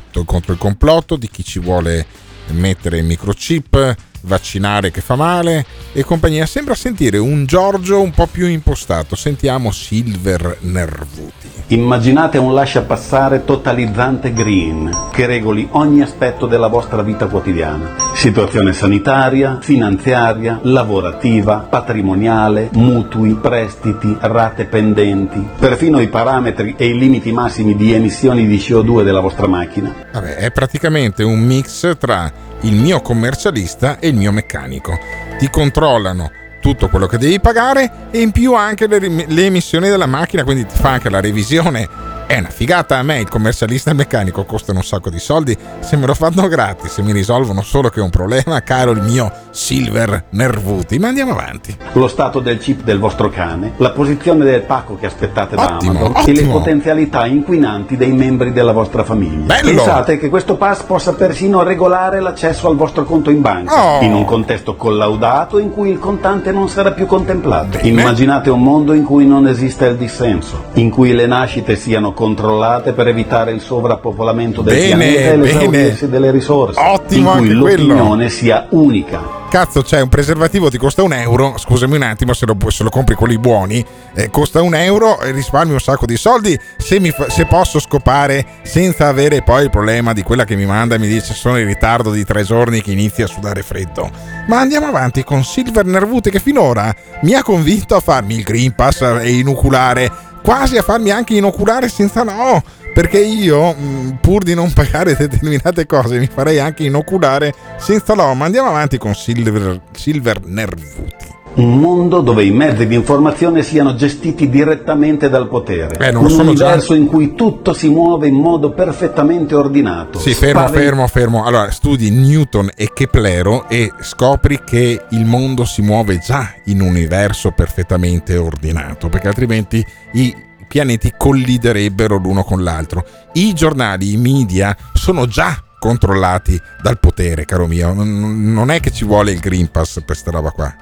complotto di chi ci vuole mettere il microchip, vaccinare che fa male e compagnia. Sembra sentire un Giorgio un po' più impostato. Sentiamo Silver Nervuti. Immaginate un lasciapassare totalizzante green che regoli ogni aspetto della vostra vita quotidiana. Situazione sanitaria, finanziaria, lavorativa, patrimoniale, mutui, prestiti, rate pendenti, perfino i parametri e i limiti massimi di emissioni di CO2 della vostra macchina. Vabbè, è praticamente un mix tra il mio commercialista e il mio meccanico. Ti controllano tutto quello che devi pagare e in più anche le emissioni della macchina, quindi ti fa anche la revisione. È una figata. A me il commercialista e il meccanico costano un sacco di soldi, se me lo fanno gratis, se mi risolvono solo che è un problema, caro il mio Silver Nervuti. Ma andiamo avanti. Lo stato del chip del vostro cane, la posizione del pacco che aspettate da Amazon ottimo. E le potenzialità inquinanti dei membri della vostra famiglia. Bello. Pensate che questo pass possa persino regolare l'accesso al vostro conto in banca, in un contesto collaudato in cui il contante non sarà più contemplato. Bene. Immaginate un mondo in cui non esiste il dissenso, in cui le nascite siano controllate per evitare il sovrappopolamento del pianeta e l'esaurirsi delle risorse. Ottimo, in cui anche l'opinione quello sia unica. Cazzo, c'è un preservativo, ti costa €1, scusami un attimo, se lo compri quelli buoni, costa €1 e risparmi un sacco di soldi se posso scopare senza avere poi il problema di quella che mi manda e mi dice sono in ritardo di 3 giorni che inizia a sudare freddo. Ma andiamo avanti con Silver Nervuti, che finora mi ha convinto a farmi il Green Pass e inoculare, quasi a farmi anche inoculare senza no, perché io pur di non pagare determinate cose mi farei anche inoculare senza no. Ma andiamo avanti con Silver Nervuti. Un mondo dove i mezzi di informazione siano gestiti direttamente dal potere. Non lo sono universo in cui tutto si muove in modo perfettamente ordinato. Sì, fermo. Allora, studi Newton e Keplero e scopri che il mondo si muove già in un universo perfettamente ordinato, perché altrimenti i pianeti colliderebbero l'uno con l'altro. I giornali, i media sono già controllati dal potere, caro mio. Non è che ci vuole il Green Pass per sta roba qua.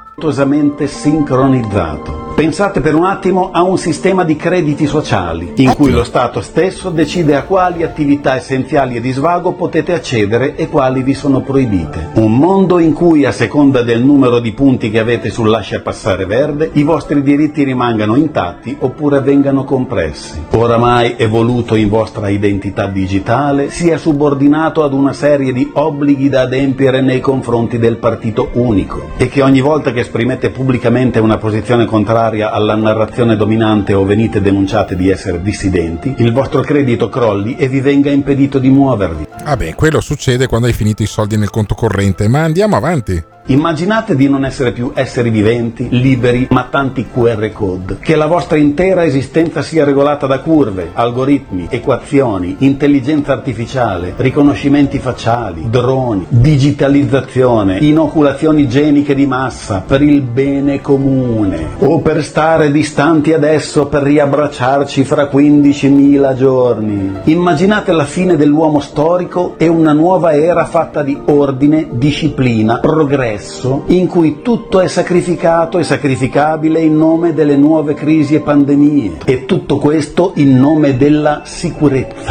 Sincronizzato. Pensate per un attimo a un sistema di crediti sociali in cui lo Stato stesso decide a quali attività essenziali e di svago potete accedere e quali vi sono proibite. Un mondo in cui, a seconda del numero di punti che avete sul lasciapassare verde, i vostri diritti rimangano intatti oppure vengano compressi. Oramai evoluto in vostra identità digitale, sia subordinato ad una serie di obblighi da adempiere nei confronti del partito unico, e che ogni volta che esprimete pubblicamente una posizione contraria alla narrazione dominante o venite denunciate di essere dissidenti, il vostro credito crolli e vi venga impedito di muovervi. Vabbè, quello succede quando hai finito i soldi nel conto corrente, ma andiamo avanti. Immaginate di non essere più esseri viventi, liberi, ma tanti QR code, che la vostra intera esistenza sia regolata da curve, algoritmi, equazioni, intelligenza artificiale, riconoscimenti facciali, droni, digitalizzazione, inoculazioni geniche di massa per il bene comune, o per stare distanti adesso per riabbracciarci fra 15.000 giorni. Immaginate la fine dell'uomo storico e una nuova era fatta di ordine, disciplina, progresso, in cui tutto è sacrificato e sacrificabile in nome delle nuove crisi e pandemie, e tutto questo in nome della sicurezza.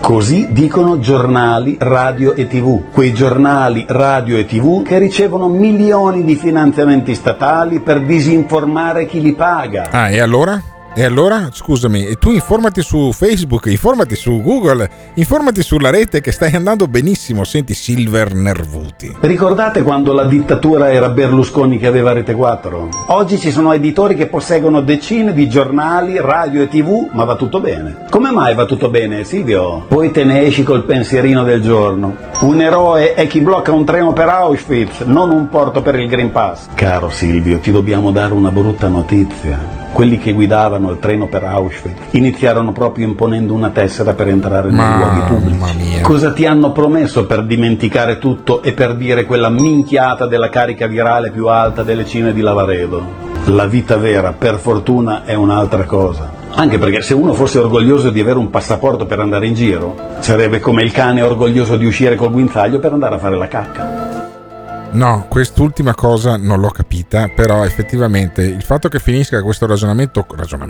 Così dicono giornali, radio e TV. Quei giornali, radio e TV che ricevono milioni di finanziamenti statali per disinformare chi li paga. Ah, e allora? E allora, scusami, tu informati su Facebook, informati su Google, informati sulla rete che stai andando benissimo, senti Silver Nervuti. Ricordate quando la dittatura era Berlusconi che aveva Rete 4? Oggi ci sono editori che posseggono decine di giornali, radio e TV, ma va tutto bene. Come mai va tutto bene, Silvio? Poi te ne esci col pensierino del giorno. Un eroe è chi blocca un treno per Auschwitz, non un porto per il Green Pass. Caro Silvio, ti dobbiamo dare una brutta notizia. Quelli che guidavano il treno per Auschwitz iniziarono proprio imponendo una tessera per entrare nei luoghi pubblici. Cosa ti hanno promesso per dimenticare tutto e per dire quella minchiata della carica virale più alta delle cime di Lavaredo? La vita vera, per fortuna, è un'altra cosa. Anche perché se uno fosse orgoglioso di avere un passaporto per andare in giro, sarebbe come il cane orgoglioso di uscire col guinzaglio per andare a fare la cacca. No, quest'ultima cosa non l'ho capita, però effettivamente il fatto che finisca questo ragionamento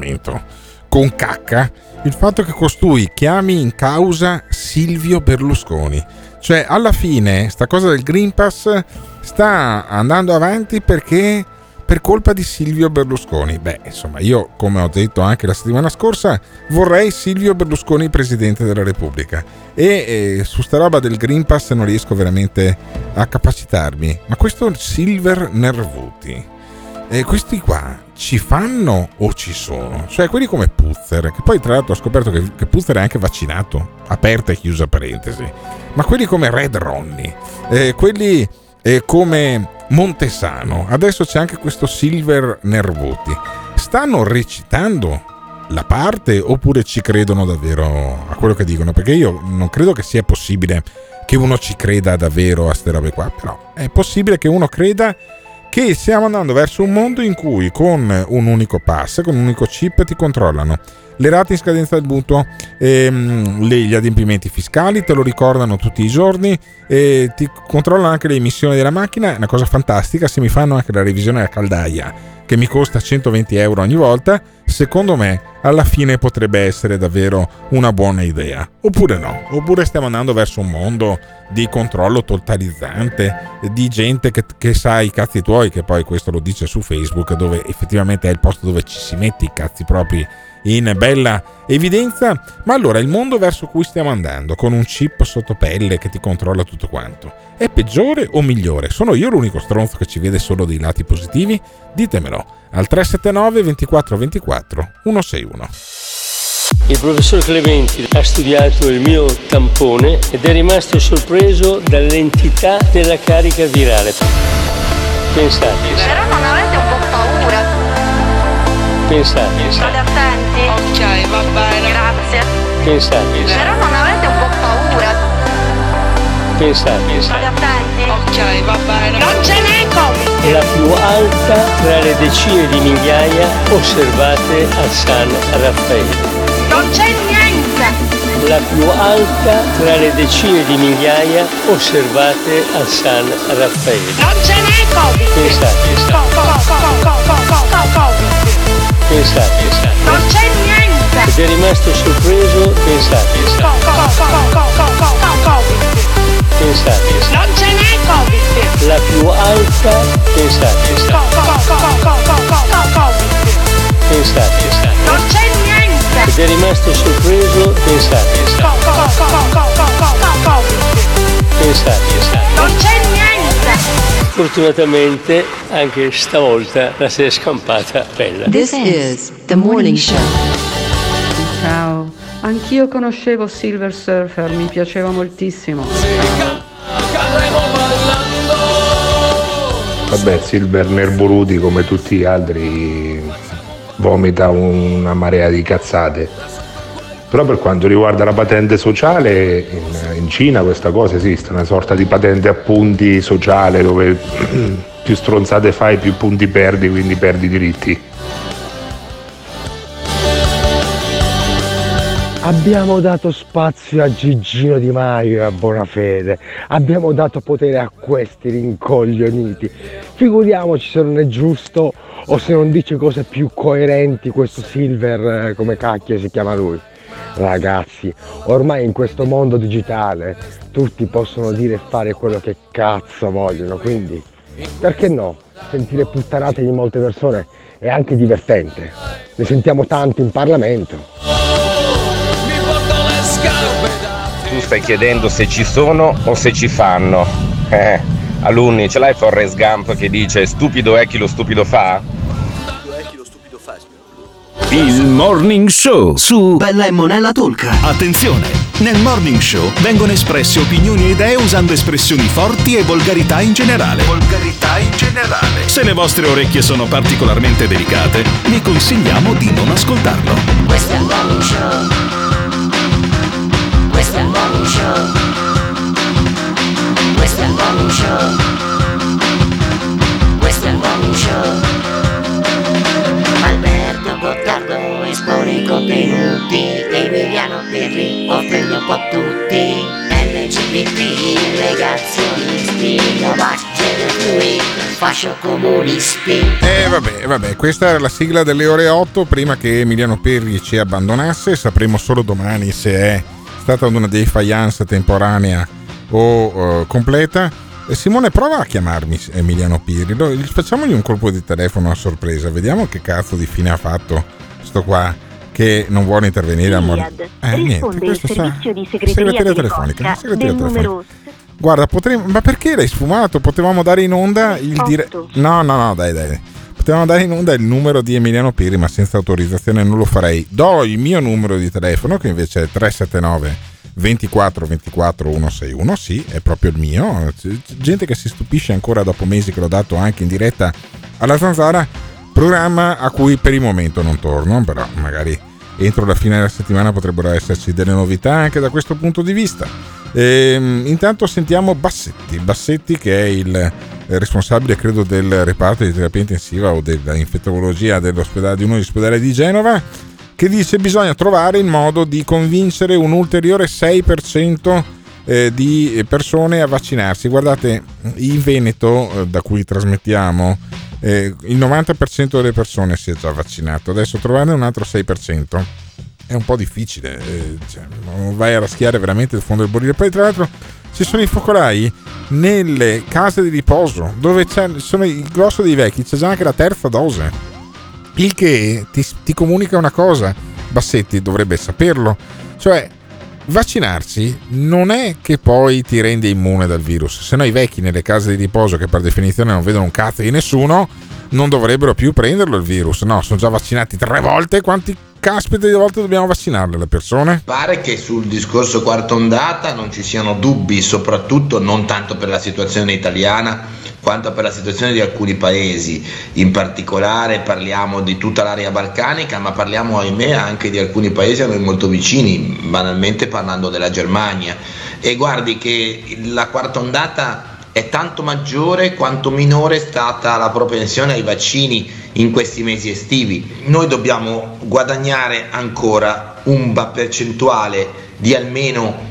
con cacca, il fatto che costui chiami in causa Silvio Berlusconi, cioè alla fine sta cosa del Green Pass sta andando avanti perché per colpa di Silvio Berlusconi. Beh, insomma, io, come ho detto anche la settimana scorsa, vorrei Silvio Berlusconi Presidente della Repubblica e su sta roba del Green Pass non riesco veramente a capacitarmi. Ma questo Silver Nervuti, questi qua ci fanno o ci sono? Cioè quelli come Puzzer, che poi tra l'altro ho scoperto che Puzzer è anche vaccinato, aperta e chiusa parentesi, ma quelli come Red Ronnie, quelli come Montesano, adesso c'è anche questo Silver Nervuti, stanno recitando la parte oppure ci credono davvero a quello che dicono? Perché io non credo che sia possibile che uno ci creda davvero a ste robe qua, però è possibile che uno creda che stiamo andando verso un mondo in cui con un unico pass, con un unico chip ti controllano le rate in scadenza del mutuo, gli adempimenti fiscali, te lo ricordano tutti i giorni, ti controllano anche le emissioni della macchina. È una cosa fantastica. Se mi fanno anche la revisione della caldaia, che mi costa 120 euro ogni volta, secondo me alla fine potrebbe essere davvero una buona idea. Oppure no, oppure stiamo andando verso un mondo di controllo totalizzante, di gente che sa i cazzi tuoi, che poi questo lo dice su Facebook, dove effettivamente è il posto dove ci si mette i cazzi propri in bella evidenza. Ma allora il mondo verso cui stiamo andando, con un chip sotto pelle che ti controlla tutto quanto, è peggiore o migliore? Sono io l'unico stronzo che ci vede solo dei lati positivi? Ditemelo al 379 24 24 161. Il professor Clementi ha studiato il mio tampone ed è rimasto sorpreso dall'entità della carica virale. Pensate. Però non avete un po' paura? Pensate. State attenti? Ok, va bene. Grazie. Pensate. Però non avete un po' paura? Pensate. State attenti? Ok, va bene. Non ce n'è Covid! La più alta tra le decine di migliaia osservate a San Raffaele. Non c'è niente! La più alta tra le decine di migliaia osservate a San Raffaele. Non ce n'è Covid! Pensate. Pensate. Non c'è niente! Ed è rimasto sorpreso, pensate. Pensate. Non ce n'è Covid! La più alta, pensate. Pensate. Non c'è niente! Ed è rimasto sorpreso, pensate. Pensate. Non c'è niente! Fortunatamente anche stavolta la si è scampata bella. This is the morning show. Ciao, anch'io conoscevo Silver Surfer, mi piaceva moltissimo. Vabbè, Silver Nervuti come tutti gli altri vomita una marea di cazzate. Però per quanto riguarda la patente sociale, in Cina questa cosa esiste, una sorta di patente a punti sociale dove più stronzate fai più punti perdi, quindi perdi diritti. Abbiamo dato spazio a Gigino Di Maio e a Bonafede, abbiamo dato potere a questi rincoglioniti. Figuriamoci se non è giusto o se non dice cose più coerenti questo Silver, come cacchio si chiama lui. Ragazzi, ormai in questo mondo digitale tutti possono dire e fare quello che cazzo vogliono, quindi perché no? Sentire puttanate di molte persone è anche divertente. Ne sentiamo tanti in Parlamento. Tu stai chiedendo se ci sono o se ci fanno. Alunni, ce l'hai Forrest Gump che dice stupido è chi lo stupido fa? Il Morning Show su Bella e Monella Talk. Attenzione! Nel Morning Show vengono espresse opinioni e idee usando espressioni forti e volgarità in generale. Se le vostre orecchie sono particolarmente delicate, vi consigliamo di non ascoltarlo. Questo è il Morning Show. Questo è il Morning Show. Questo è il Morning Show. Questo è il Morning Show. Alberto Gottardo espone i contenuti, Emiliano Pirri offende un po' tutti, LGBT, negazionisti, Novax, gender fluid, fascio comunisti. Vabbè, questa era la sigla delle ore 8 prima che Emiliano Pirri ci abbandonasse. Sapremo solo domani se è stata una defiance temporanea o completa. Simone, prova a chiamarmi Emiliano Pirri, facciamogli un colpo di telefono a sorpresa, vediamo che cazzo di fine ha fatto sto qua che non vuole intervenire. Risponde il servizio di segreteria telefonica del numero. Guarda, ma perché l'hai sfumato? Potevamo dare in onda il No, dai. Potevamo dare in onda il numero di Emiliano Pirri, ma senza autorizzazione non lo farei. Do il mio numero di telefono, che invece è 379 24 24 161, sì, è proprio il mio. Gente che si stupisce ancora dopo mesi che l'ho dato anche in diretta alla Zanzara, programma a cui per il momento non torno, però magari entro la fine della settimana potrebbero esserci delle novità anche da questo punto di vista. Intanto sentiamo Bassetti, che è il responsabile credo del reparto di terapia intensiva o della infettivologia di uno degli ospedali di Genova, che dice bisogna trovare il modo di convincere un ulteriore 6% di persone a vaccinarsi. Guardate, in Veneto, da cui trasmettiamo, il 90% delle persone si è già vaccinato. Adesso trovare un altro 6% è un po' difficile, vai a raschiare veramente il fondo del barile. Poi tra l'altro ci sono i focolai nelle case di riposo dove sono il grosso dei vecchi, c'è già anche la terza dose. Il che ti comunica una cosa, Bassetti dovrebbe saperlo, cioè vaccinarsi non è che poi ti rende immune dal virus, se no i vecchi nelle case di riposo, che per definizione non vedono un cazzo di nessuno, non dovrebbero più prenderlo il virus. No, sono già vaccinati 3 volte, quanti caspita di volte dobbiamo vaccinarle le persone? Pare che sul discorso quarta ondata non ci siano dubbi, soprattutto non tanto per la situazione italiana quanto per la situazione di alcuni paesi. In particolare parliamo di tutta l'area balcanica, ma parliamo ahimè anche di alcuni paesi a noi molto vicini, banalmente parlando della Germania. E guardi che la quarta ondata è tanto maggiore quanto minore è stata la propensione ai vaccini in questi mesi estivi. Noi dobbiamo guadagnare ancora una percentuale di almeno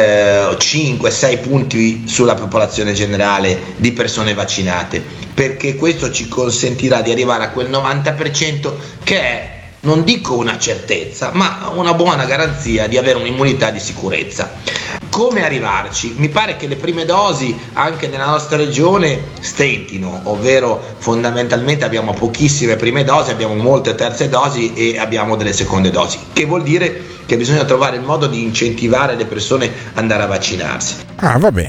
5-6 punti sulla popolazione generale di persone vaccinate, perché questo ci consentirà di arrivare a quel 90% che è, non dico una certezza, ma una buona garanzia di avere un'immunità di sicurezza. Come arrivarci? Mi pare che le prime dosi anche nella nostra regione stentino, ovvero fondamentalmente abbiamo pochissime prime dosi, abbiamo molte terze dosi e abbiamo delle seconde dosi, che vuol dire che bisogna trovare il modo di incentivare le persone ad andare a vaccinarsi. Vabbè.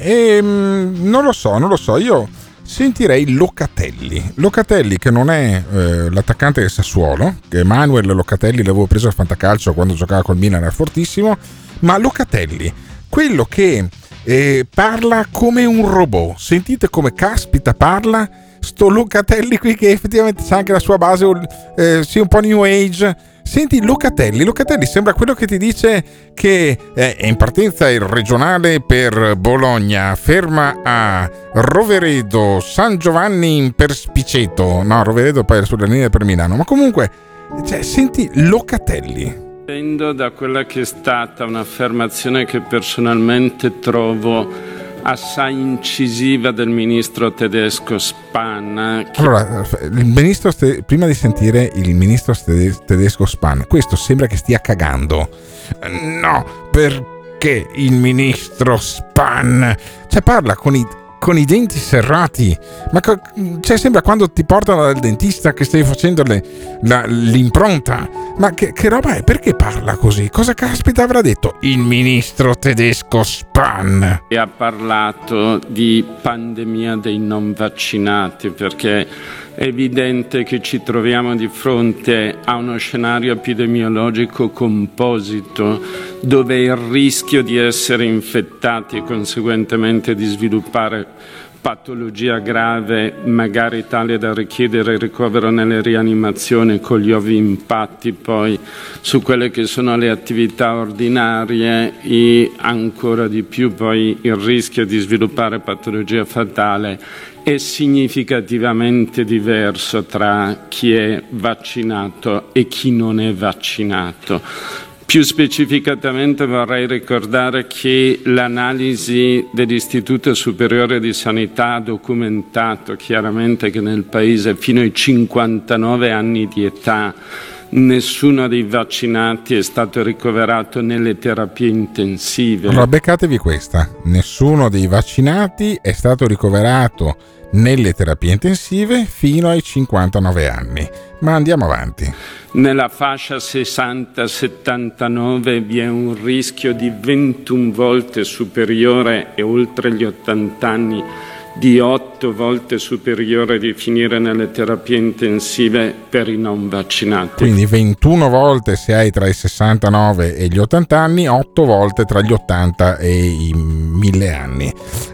Non lo so, io sentirei Locatelli, che non è l'attaccante del Sassuolo, che Manuel Locatelli l'avevo preso al fantacalcio quando giocava col Milan, era fortissimo, ma Locatelli, quello che parla come un robot. Sentite come caspita parla sto Locatelli qui, che effettivamente c'ha anche la sua base sì, un po' new age. Senti Locatelli sembra quello che ti dice che è in partenza il regionale per Bologna, ferma a Roveredo, San Giovanni in Perspiceto. No, Roveredo poi è sulla linea per Milano, ma comunque, senti Locatelli. Da quella che è stata un'affermazione che personalmente trovo assai incisiva del ministro tedesco Spahn. Allora, il ministro prima di sentire il ministro tedesco Spahn, questo sembra che stia cagando. No, perché il ministro Spahn, cioè parla con i denti serrati, ma cioè sembra quando ti portano dal dentista che stai facendo l'impronta. Ma che roba è? Perché parla così? Cosa caspita avrà detto il ministro tedesco Spahn? E ha parlato di pandemia dei non vaccinati, perché è evidente che ci troviamo di fronte a uno scenario epidemiologico composito dove il rischio di essere infettati e conseguentemente di sviluppare patologia grave, magari tale da richiedere il ricovero nelle rianimazioni, con gli ovvi impatti poi su quelle che sono le attività ordinarie e ancora di più poi il rischio di sviluppare patologia fatale è significativamente diverso tra chi è vaccinato e chi non è vaccinato. Più specificatamente vorrei ricordare che l'analisi dell'Istituto Superiore di Sanità ha documentato chiaramente che nel Paese fino ai 59 anni di età nessuno dei vaccinati è stato ricoverato nelle terapie intensive. Allora beccatevi questa: nessuno dei vaccinati è stato ricoverato nelle terapie intensive fino ai 59 anni. Ma andiamo avanti. Nella fascia 60-79 vi è un rischio di 21 volte superiore e oltre gli 80 anni di 8 volte superiore di finire nelle terapie intensive per i non vaccinati. Quindi 21 volte se hai tra i 69 e gli 80 anni, 8 volte tra gli 80 e i 1000 anni.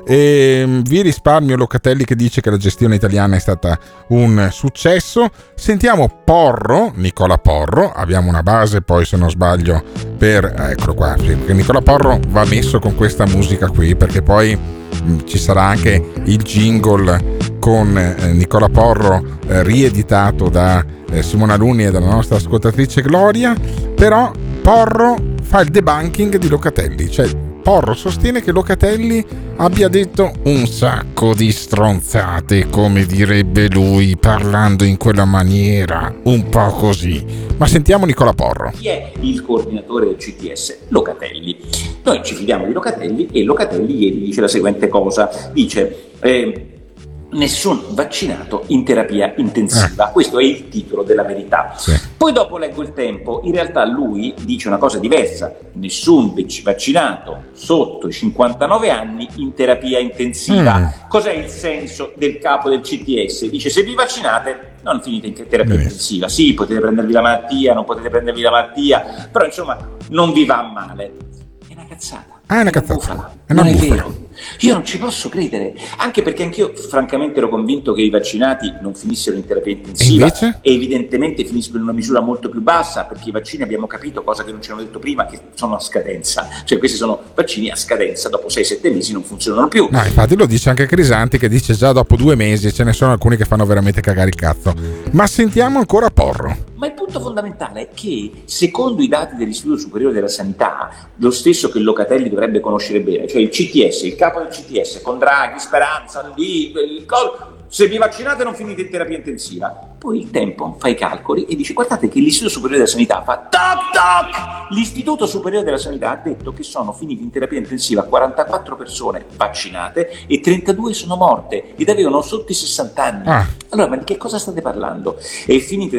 E vi risparmio Locatelli che dice che la gestione italiana è stata un successo. Sentiamo Porro, Nicola Porro, abbiamo una base poi se non sbaglio per eccolo qua, perché Nicola Porro va messo con questa musica qui, perché poi ci sarà anche il jingle con Nicola Porro rieditato da Simona Luni e dalla nostra ascoltatrice Gloria. Però Porro fa il debunking di Locatelli, cioè Porro sostiene che Locatelli abbia detto un sacco di stronzate, come direbbe lui, parlando in quella maniera un po' così. Ma sentiamo Nicola Porro. Chi è il coordinatore del CTS? Locatelli. Noi ci fidiamo di Locatelli e Locatelli ieri dice la seguente cosa. Dice nessun vaccinato in terapia intensiva. Questo è il titolo della Verità. Sì. Poi dopo leggo il Tempo, in realtà lui dice una cosa diversa: nessun vaccinato sotto i 59 anni in terapia intensiva. Cos'è il senso del capo del CTS? Dice: se vi vaccinate non finite in terapia intensiva, sì, potete prendervi la malattia, non potete prendervi la malattia, però insomma non vi va male. È una cazzata. È una cazzata. Non è vero. Io non ci posso credere, anche perché anch'io francamente ero convinto che i vaccinati non finissero in terapia intensiva e evidentemente finiscono in una misura molto più bassa, perché i vaccini abbiamo capito, cosa che non ci hanno detto prima, che sono a scadenza, cioè questi sono vaccini a scadenza, dopo 6-7 mesi non funzionano più. No, infatti lo dice anche Crisanti, che dice già dopo 2 mesi ce ne sono alcuni che fanno veramente cagare il cazzo. Ma sentiamo ancora Porro. Ma il punto fondamentale è che, secondo i dati dell'Istituto Superiore della Sanità, lo stesso che Locatelli dovrebbe conoscere bene, cioè il CTS, il capo del CTS, con Draghi, Speranza, se vi vaccinate non finite in terapia intensiva. Poi il Tempo fa i calcoli e dice: guardate che l'Istituto Superiore della Sanità fa toc toc. L'Istituto Superiore della Sanità ha detto che sono finiti in terapia intensiva 44 persone vaccinate e 32 sono morte ed avevano sotto i 60 anni. Allora, ma di che cosa state parlando? È finito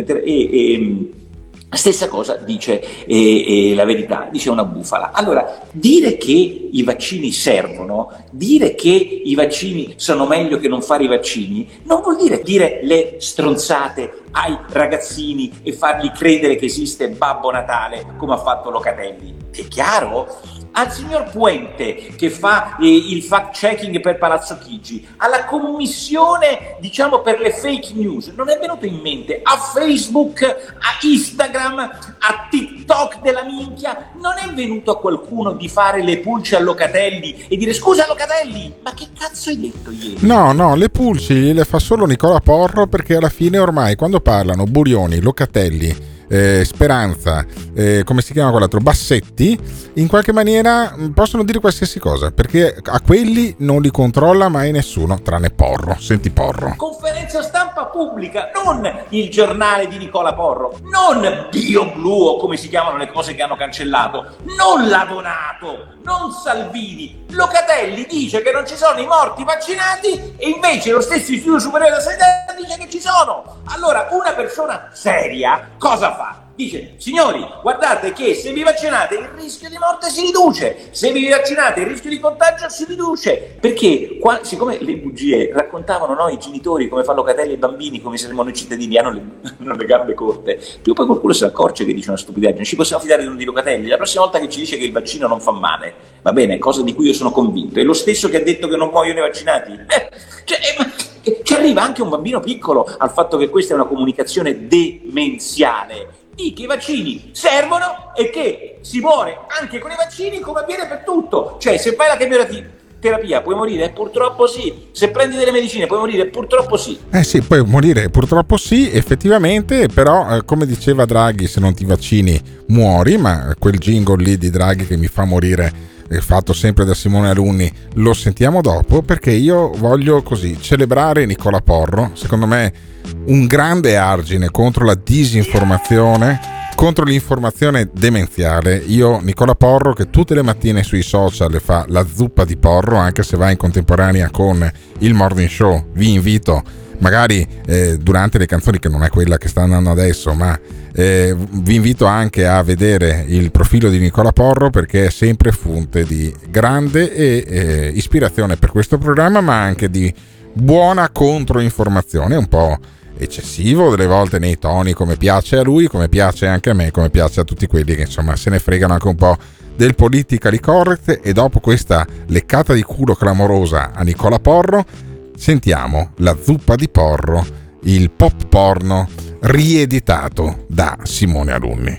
stessa cosa dice la Verità, dice una bufala. Allora, dire che i vaccini servono, dire che i vaccini sono meglio che non fare i vaccini, non vuol dire le stronzate ai ragazzini e fargli credere che esiste Babbo Natale come ha fatto Locatelli. È chiaro? Al signor Puente, che fa il fact checking per Palazzo Chigi, alla commissione per le fake news, non è venuto in mente, a Facebook, a Instagram, a TikTok della minchia, non è venuto a qualcuno di fare le pulci a Locatelli e dire: scusa Locatelli, ma che cazzo hai detto ieri? No, le pulci le fa solo Nicola Porro, perché alla fine ormai quando parlano Burioni, Locatelli, Speranza, come si chiama quell'altro, Bassetti, in qualche maniera possono dire qualsiasi cosa, perché a quelli non li controlla mai nessuno tranne Porro. Senti Porro. Conferenza stampa pubblica, non il giornale di Nicola Porro, non BioBlu o come si chiamano le cose che hanno cancellato, non la Donato, non Salvini. Locatelli dice che non ci sono i morti vaccinati e invece lo stesso Istituto Superiore della Sanità dice che ci sono. Allora una persona seria cosa fa? Dice, signori, guardate che se vi vaccinate il rischio di morte si riduce, se vi vaccinate il rischio di contagio si riduce, perché siccome le bugie raccontavano i genitori come fa Locatelli ai bambini, come saremmo noi cittadini, hanno le gambe corte, più poi qualcuno si accorge che dice una stupidaggine, ci possiamo fidare di uno di Locatelli, la prossima volta che ci dice che il vaccino non fa male, va bene, cosa di cui io sono convinto, è lo stesso che ha detto che non muoiono i vaccinati, ci arriva anche un bambino piccolo al fatto che questa è una comunicazione demenziale. Che i vaccini servono e che si muore anche con i vaccini come avviene per tutto, cioè se fai la chemioterapia puoi morire? Purtroppo sì. Se prendi delle medicine puoi morire? Purtroppo sì. Sì, puoi morire, purtroppo sì, effettivamente, però come diceva Draghi, se non ti vaccini muori, ma quel jingle lì di Draghi che mi fa morire, fatto sempre da Simone Alunni, lo sentiamo dopo, perché io voglio così celebrare Nicola Porro, secondo me un grande argine contro la disinformazione, contro l'informazione demenziale. Io, Nicola Porro, che tutte le mattine sui social fa la zuppa di porro, anche se va in contemporanea con il Morning Show, vi invito magari durante le canzoni, che non è quella che sta andando adesso, ma vi invito anche a vedere il profilo di Nicola Porro, perché è sempre fonte di grande ispirazione per questo programma, ma anche di buona controinformazione, un po' eccessivo delle volte nei toni, come piace a lui, come piace anche a me, come piace a tutti quelli che insomma se ne fregano anche un po' del politically correct. E dopo questa leccata di culo clamorosa a Nicola Porro, sentiamo la zuppa di porro, il pop porno rieditato da Simone Alunni.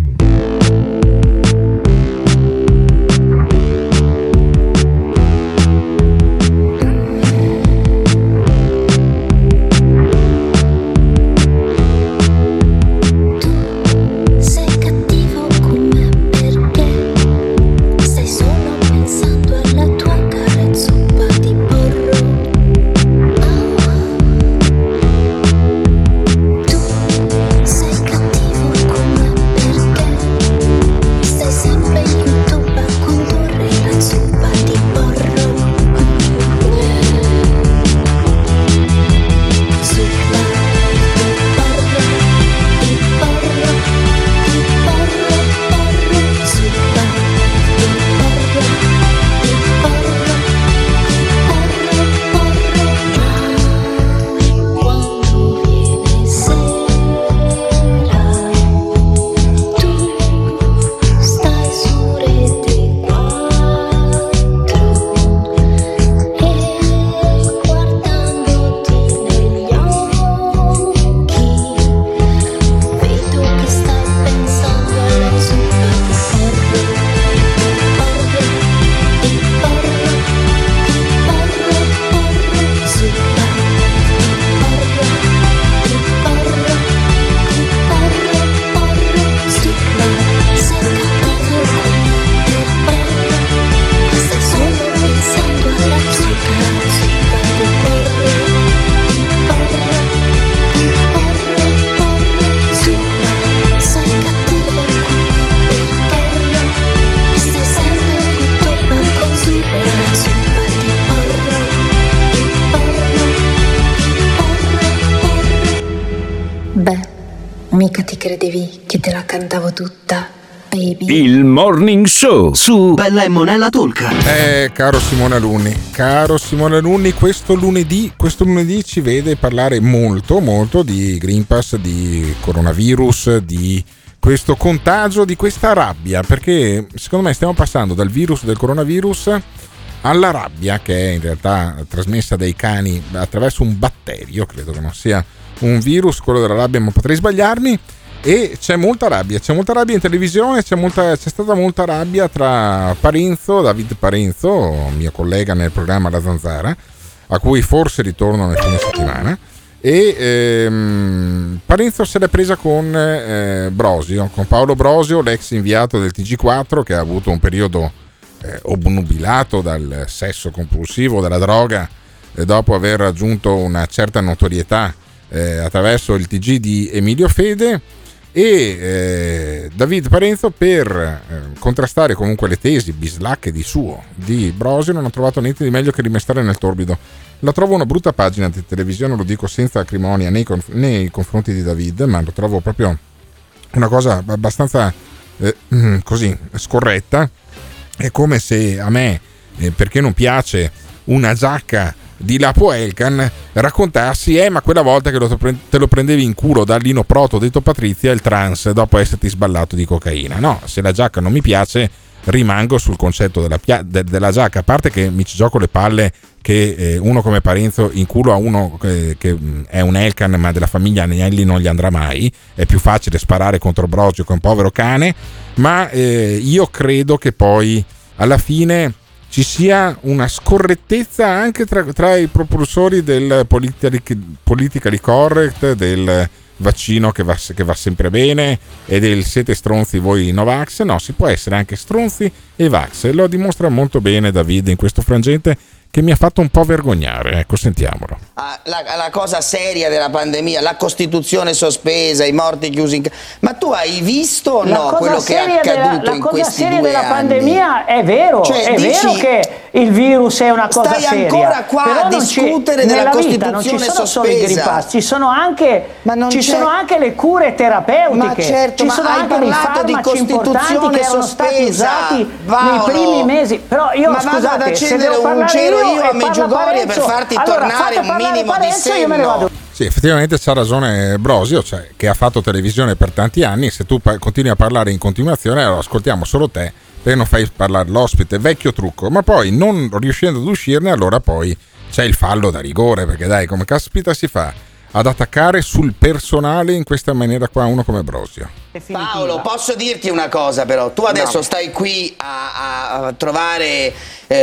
Mica ti credevi che te la cantavo tutta, baby. Il Morning Show su Bella e Monella Tolca. Caro Simone Alunni, questo lunedì ci vede parlare molto di Green Pass, di coronavirus, di questo contagio, di questa rabbia, perché secondo me stiamo passando dal virus del coronavirus alla rabbia, che è in realtà trasmessa dai cani attraverso un batterio, credo che non sia un virus quello della rabbia, ma potrei sbagliarmi. E c'è molta rabbia in televisione, c'è stata molta rabbia tra David Parenzo, mio collega nel programma La Zanzara, a cui forse ritorno nel fine settimana, e Parenzo se l'è presa con Brosio, con Paolo Brosio, l'ex inviato del TG4, che ha avuto un periodo obnubilato dal sesso compulsivo, dalla droga, dopo aver raggiunto una certa notorietà attraverso il TG di Emilio Fede, e David Parenzo, per contrastare comunque le tesi bislacche di Brosio, non ha trovato niente di meglio che rimestare nel torbido. La trovo una brutta pagina di televisione, lo dico senza acrimonia nei confronti di David, ma lo trovo proprio una cosa abbastanza così scorretta. È come se a me, perché non piace una giacca di Lapo Elkan, raccontassi ma quella volta che te lo prendevi in culo da Lino Proto, detto Patrizia, il trans, dopo esserti sballato di cocaina. No, se la giacca non mi piace, rimango sul concetto della giacca, a parte che mi ci gioco le palle che uno come Parenzo in culo a uno che è un Elkan ma della famiglia Agnelli non gli andrà mai. È più facile sparare contro Brosio che un povero cane, ma io credo che poi alla fine ci sia una scorrettezza anche tra i propulsori del politically correct, del vaccino che va sempre bene, e del siete stronzi voi Novax. No, si può essere anche stronzi e Vax, e lo dimostra molto bene David in questo frangente, che mi ha fatto un po' vergognare. Ecco, sentiamolo. La cosa seria della pandemia, la Costituzione sospesa, i morti chiusi in casa. Ma tu hai visto o no quello che è accaduto in questi 2 anni? La cosa seria della pandemia è vero, cioè, è vero che il virus è una cosa seria. Stai ancora qua a discutere della Costituzione non ci sono sospesa. Solo i Green Pass, ci sono anche le cure terapeutiche. Ma certo, ci sono anche dei farmaci importanti che erano stati usati nei primi mesi. Però io, scusate, a se devo parlare io a Meggiugorie per farti tornare un minimo di senno. Sì, effettivamente c'ha ragione Brosio, cioè, che ha fatto televisione per tanti anni. Se tu continui a parlare in continuazione, allora ascoltiamo solo te, perché non fai parlare l'ospite. Vecchio trucco. Ma poi, non riuscendo ad uscirne, allora poi c'è il fallo da rigore, perché dai, come caspita si fa ad attaccare sul personale in questa maniera qua uno come Brosio? Paolo, posso dirti una cosa però? Tu adesso stai qui a trovare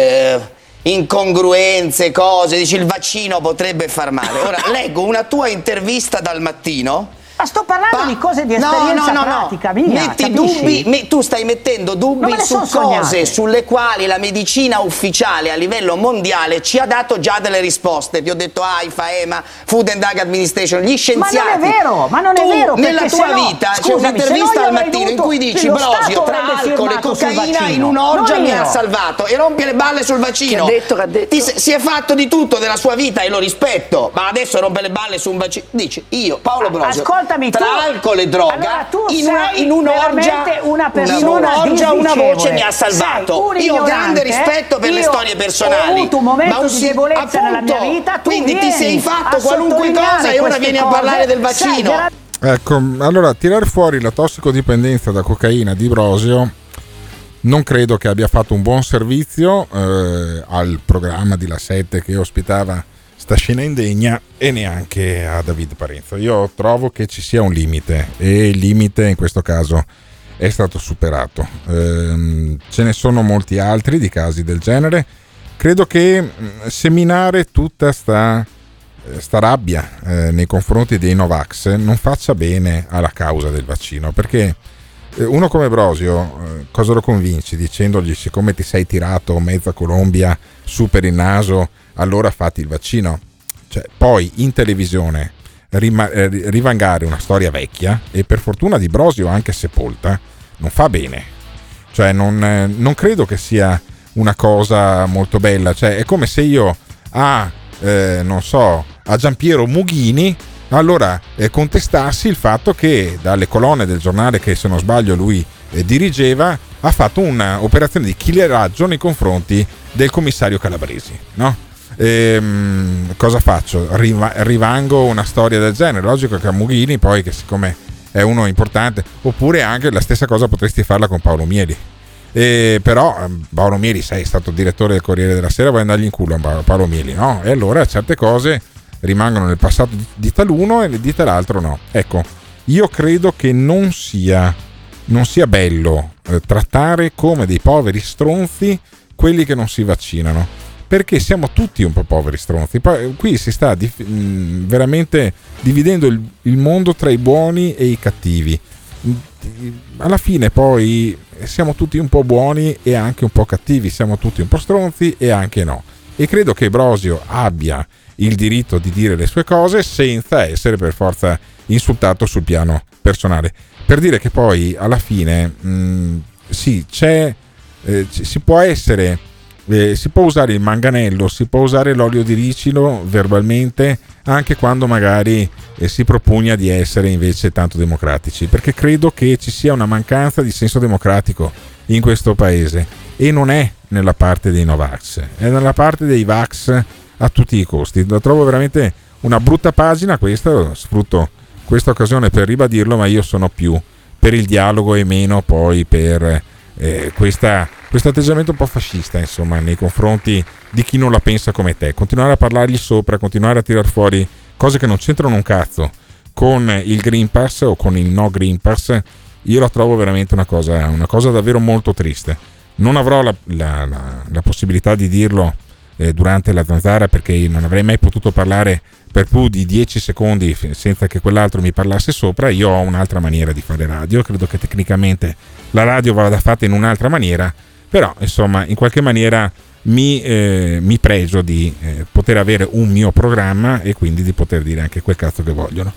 incongruenze, cose, dici il vaccino potrebbe far male. Ora leggo una tua intervista dal Mattino. Ma sto parlando di cose di esperienza pratica mia. Metti dubbi, tu stai mettendo dubbi su cose sulle quali la medicina ufficiale a livello mondiale ci ha dato già delle risposte. Ti ho detto AIFA, EMA, Food and Drug Administration, gli scienziati. Ma non è vero, nella tua vita c'è un'intervista al Mattino in cui dici Brosio tra alcol e cocaina in un'orgia mi ha salvato, e rompi le balle sul vaccino. Che ha detto? Si è fatto di tutto della sua vita e lo rispetto, ma adesso rompe le balle su un vaccino. Dici Paolo Brosio, tra alcol e droga, allora, in un'orgia una voce mi ha salvato. Io ho grande rispetto per le storie personali. Ho avuto un momento di debolezza nella mia vita. Quindi ti sei fatto qualunque cosa e ora vieni a parlare del vaccino. Ecco, allora, tirare fuori la tossicodipendenza da cocaina di Brosio non credo che abbia fatto un buon servizio al programma di La 7 che ospitava sta scena indegna, e neanche a David Parenzo. Io trovo che ci sia un limite, e il limite in questo caso è stato superato. Ce ne sono molti altri di casi del genere. Credo che seminare tutta sta rabbia nei confronti dei Novax non faccia bene alla causa del vaccino, perché uno come Brosio cosa lo convinci dicendogli: siccome ti sei tirato mezza Colombia su per il naso, allora fatti il vaccino? Cioè, poi in televisione rivangare una storia vecchia, e per fortuna di Brosio anche sepolta, non fa bene. Cioè non credo che sia una cosa molto bella. Cioè, è come se io a Giampiero Mughini allora contestassi il fatto che dalle colonne del giornale che, se non sbaglio, lui dirigeva, ha fatto un'operazione di killeraggio nei confronti del commissario Calabresi, no? Cosa faccio? Rivango una storia del genere? Logico che a Mughini, poi, che siccome è uno importante, oppure anche la stessa cosa potresti farla con Paolo Mieli. Però Paolo Mieli, sei stato direttore del Corriere della Sera, vuoi andargli in culo a Paolo Mieli, no? E allora certe cose rimangono nel passato di taluno e di tal'altro no. Ecco, io credo che non sia bello trattare come dei poveri stronzi quelli che non si vaccinano, perché siamo tutti un po' poveri stronzi. Poi, qui si sta veramente dividendo il mondo tra i buoni e i cattivi. Alla fine poi siamo tutti un po' buoni e anche un po' cattivi, siamo tutti un po' stronzi e anche no. E credo che Brosio abbia il diritto di dire le sue cose senza essere per forza insultato sul piano personale. Per dire che poi alla fine sì, si può essere... si può usare il manganello, si può usare l'olio di ricino verbalmente anche quando magari si propugna di essere invece tanto democratici, perché credo che ci sia una mancanza di senso democratico in questo paese e non è nella parte dei Novax, è nella parte dei Vax a tutti i costi. La trovo veramente una brutta pagina questa, sfrutto questa occasione per ribadirlo, ma io sono più per il dialogo e meno poi per questo atteggiamento un po' fascista, insomma, nei confronti di chi non la pensa come te. Continuare a parlargli sopra, continuare a tirar fuori cose che non c'entrano un cazzo con il Green Pass o con il no Green Pass, io la trovo veramente una cosa davvero molto triste. Non avrò la possibilità di dirlo durante la zanzara, perché non avrei mai potuto parlare per più di 10 secondi senza che quell'altro mi parlasse sopra. Io ho un'altra maniera di fare radio, credo che tecnicamente la radio vada fatta in un'altra maniera, però insomma in qualche maniera mi pregio di poter avere un mio programma e quindi di poter dire anche quel cazzo che vogliono.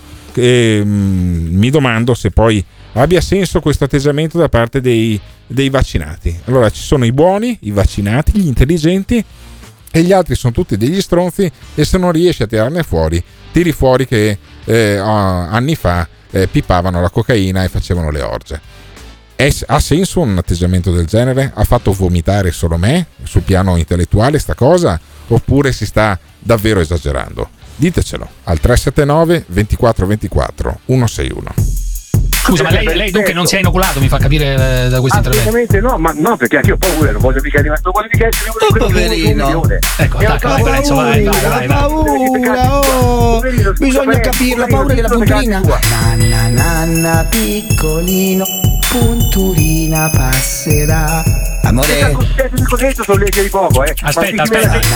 Mi domando se poi abbia senso questo atteggiamento da parte dei vaccinati. Allora ci sono i buoni, i vaccinati, gli intelligenti, e gli altri sono tutti degli stronzi, e se non riesci a tirarne fuori, tiri fuori che anni fa pippavano la cocaina e facevano le orge. Ha senso un atteggiamento del genere? Ha fatto vomitare solo me sul piano intellettuale sta cosa, oppure si sta davvero esagerando? Ditecelo al 379 24 24 161. Scusa, ma lei dunque non si è inoculato, mi fa capire da questo intervento? Assolutamente no, ma no, perché anche io ho paura, non voglio mica essere poverino. Ecco, attacca Lorenzo, vai. Paura, bisogna capire la paura della punturina. Nanna piccolino, punturina passerà. Amore, sono legge di poco, Aspetta.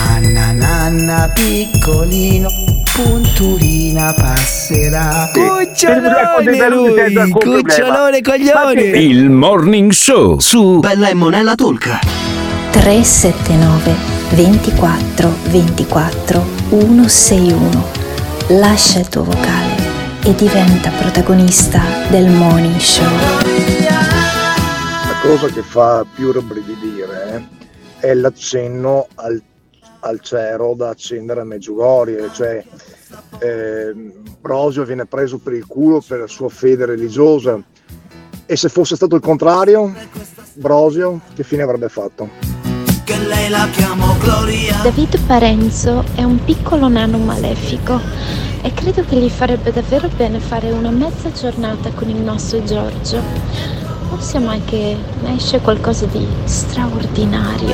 Nanna piccolino, punturina passerà. Cucciolone coglione. Il Morning Show su Bella e Monella Talk. 379 24 24 161. Lascia il tuo vocale e diventa protagonista del Morning Show. La cosa che fa più rabbrividire è l'accenno al cero da accendere a Medjugorje, cioè Brosio viene preso per il culo per la sua fede religiosa, e se fosse stato il contrario, Brosio che fine avrebbe fatto? David Parenzo è un piccolo nano malefico e credo che gli farebbe davvero bene fare una mezza giornata con il nostro Giorgio. Non sia mai che ne esce qualcosa di straordinario.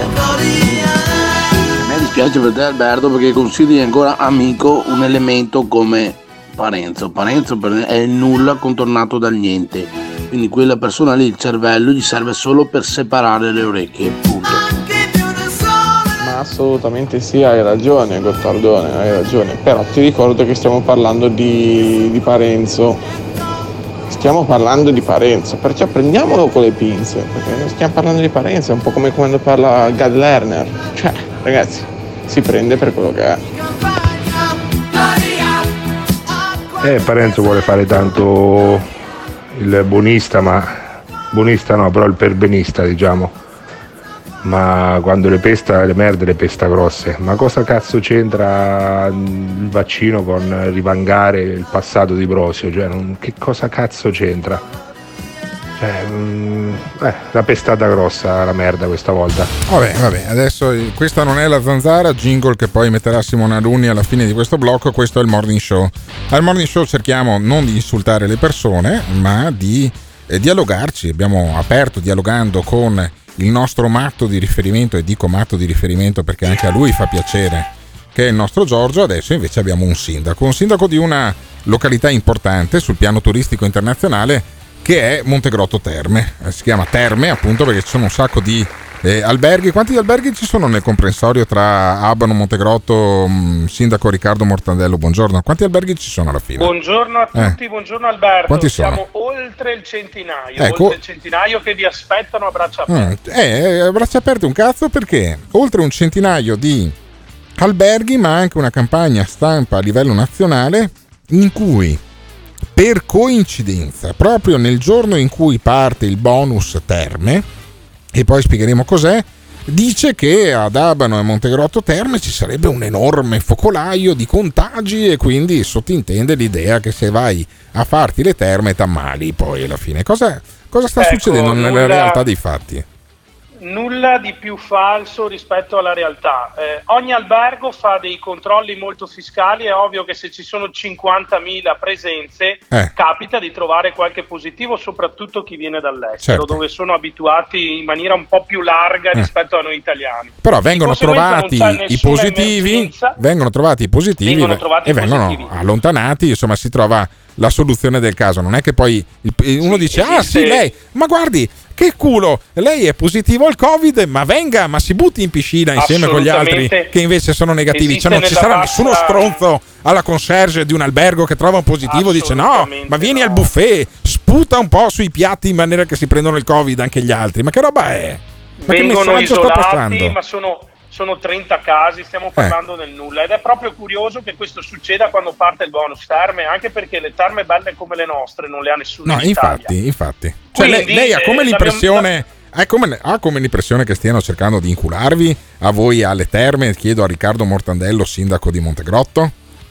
A me dispiace per te, Alberto, perché consideri ancora amico un elemento come Parenzo. Parenzo è il nulla contornato dal niente, quindi quella persona lì, il cervello, gli serve solo per separare le orecchie, punto. Ma assolutamente sì, hai ragione Gottardone, hai ragione, però ti ricordo che stiamo parlando di Parenzo. Stiamo parlando di Parenzo, perciò prendiamolo con le pinze, perché noi stiamo parlando di Parenzo, è un po' come quando parla Gad Lerner, cioè ragazzi, si prende per quello che è. Parenzo vuole fare tanto il buonista, però il perbenista, diciamo, ma quando le pesta le merde, le pesta grosse. Ma cosa cazzo c'entra il vaccino con rivangare il passato di Brosio? Cioè, che cosa cazzo c'entra? La pestata grossa la merda questa volta. Vabbè, adesso questa non è la zanzara, jingle che poi metterà Simone Alunni alla fine di questo blocco. Questo è il Morning Show. Al Morning Show cerchiamo non di insultare le persone, ma di dialogarci. Abbiamo aperto dialogando con il nostro matto di riferimento, e dico matto di riferimento perché anche a lui fa piacere, che è il nostro Giorgio. Adesso invece abbiamo un sindaco di una località importante sul piano turistico internazionale, che è Montegrotto Terme. Si chiama Terme appunto perché ci sono un sacco di Alberghi, quanti alberghi ci sono nel comprensorio tra Abano, Montegrotto, sindaco Riccardo Mortandello, buongiorno, quanti alberghi ci sono alla fine? Buongiorno a tutti, buongiorno Alberto. Quanti siamo oltre il centinaio, che vi aspettano a braccia aperte. A braccia aperte un cazzo, perché oltre un centinaio di alberghi, ma anche una campagna stampa a livello nazionale in cui, per coincidenza, proprio nel giorno in cui parte il bonus terme, e poi spiegheremo cos'è, dice che ad Abano e Montegrotto Terme ci sarebbe un enorme focolaio di contagi, e quindi sottintende l'idea che se vai a farti le terme t'ammali poi alla fine. Cosa sta succedendo nella realtà dei fatti? Nulla di più falso rispetto alla realtà. Ogni albergo fa dei controlli molto fiscali. È ovvio che se ci sono 50.000 presenze capita di trovare qualche positivo, soprattutto chi viene dall'estero, certo, dove sono abituati in maniera un po' più larga rispetto a noi italiani. Però vengono trovati i positivi, e vengono allontanati, insomma si trova la soluzione del caso. Non è che poi uno dice lei, ma guardi che culo, lei è positivo al Covid, ma venga, ma si butti in piscina insieme con gli altri che invece sono negativi. Cioè, non ci sarà nessuno stronzo alla conserge di un albergo che trova un positivo, dice no, ma vieni al buffet, sputa un po' sui piatti in maniera che si prendono il Covid anche gli altri. Ma che roba è? Ma vengono isolati, ma sono 30 casi, stiamo parlando del nulla, ed è proprio curioso che questo succeda quando parte il bonus terme, anche perché le terme belle come le nostre non le ha nessuno in Italia. Infatti. Cioè, lei ha come l'impressione ha come l'impressione che stiano cercando di incularvi a voi alle terme? Chiedo a Riccardo Mortandello, sindaco di Montegrotto.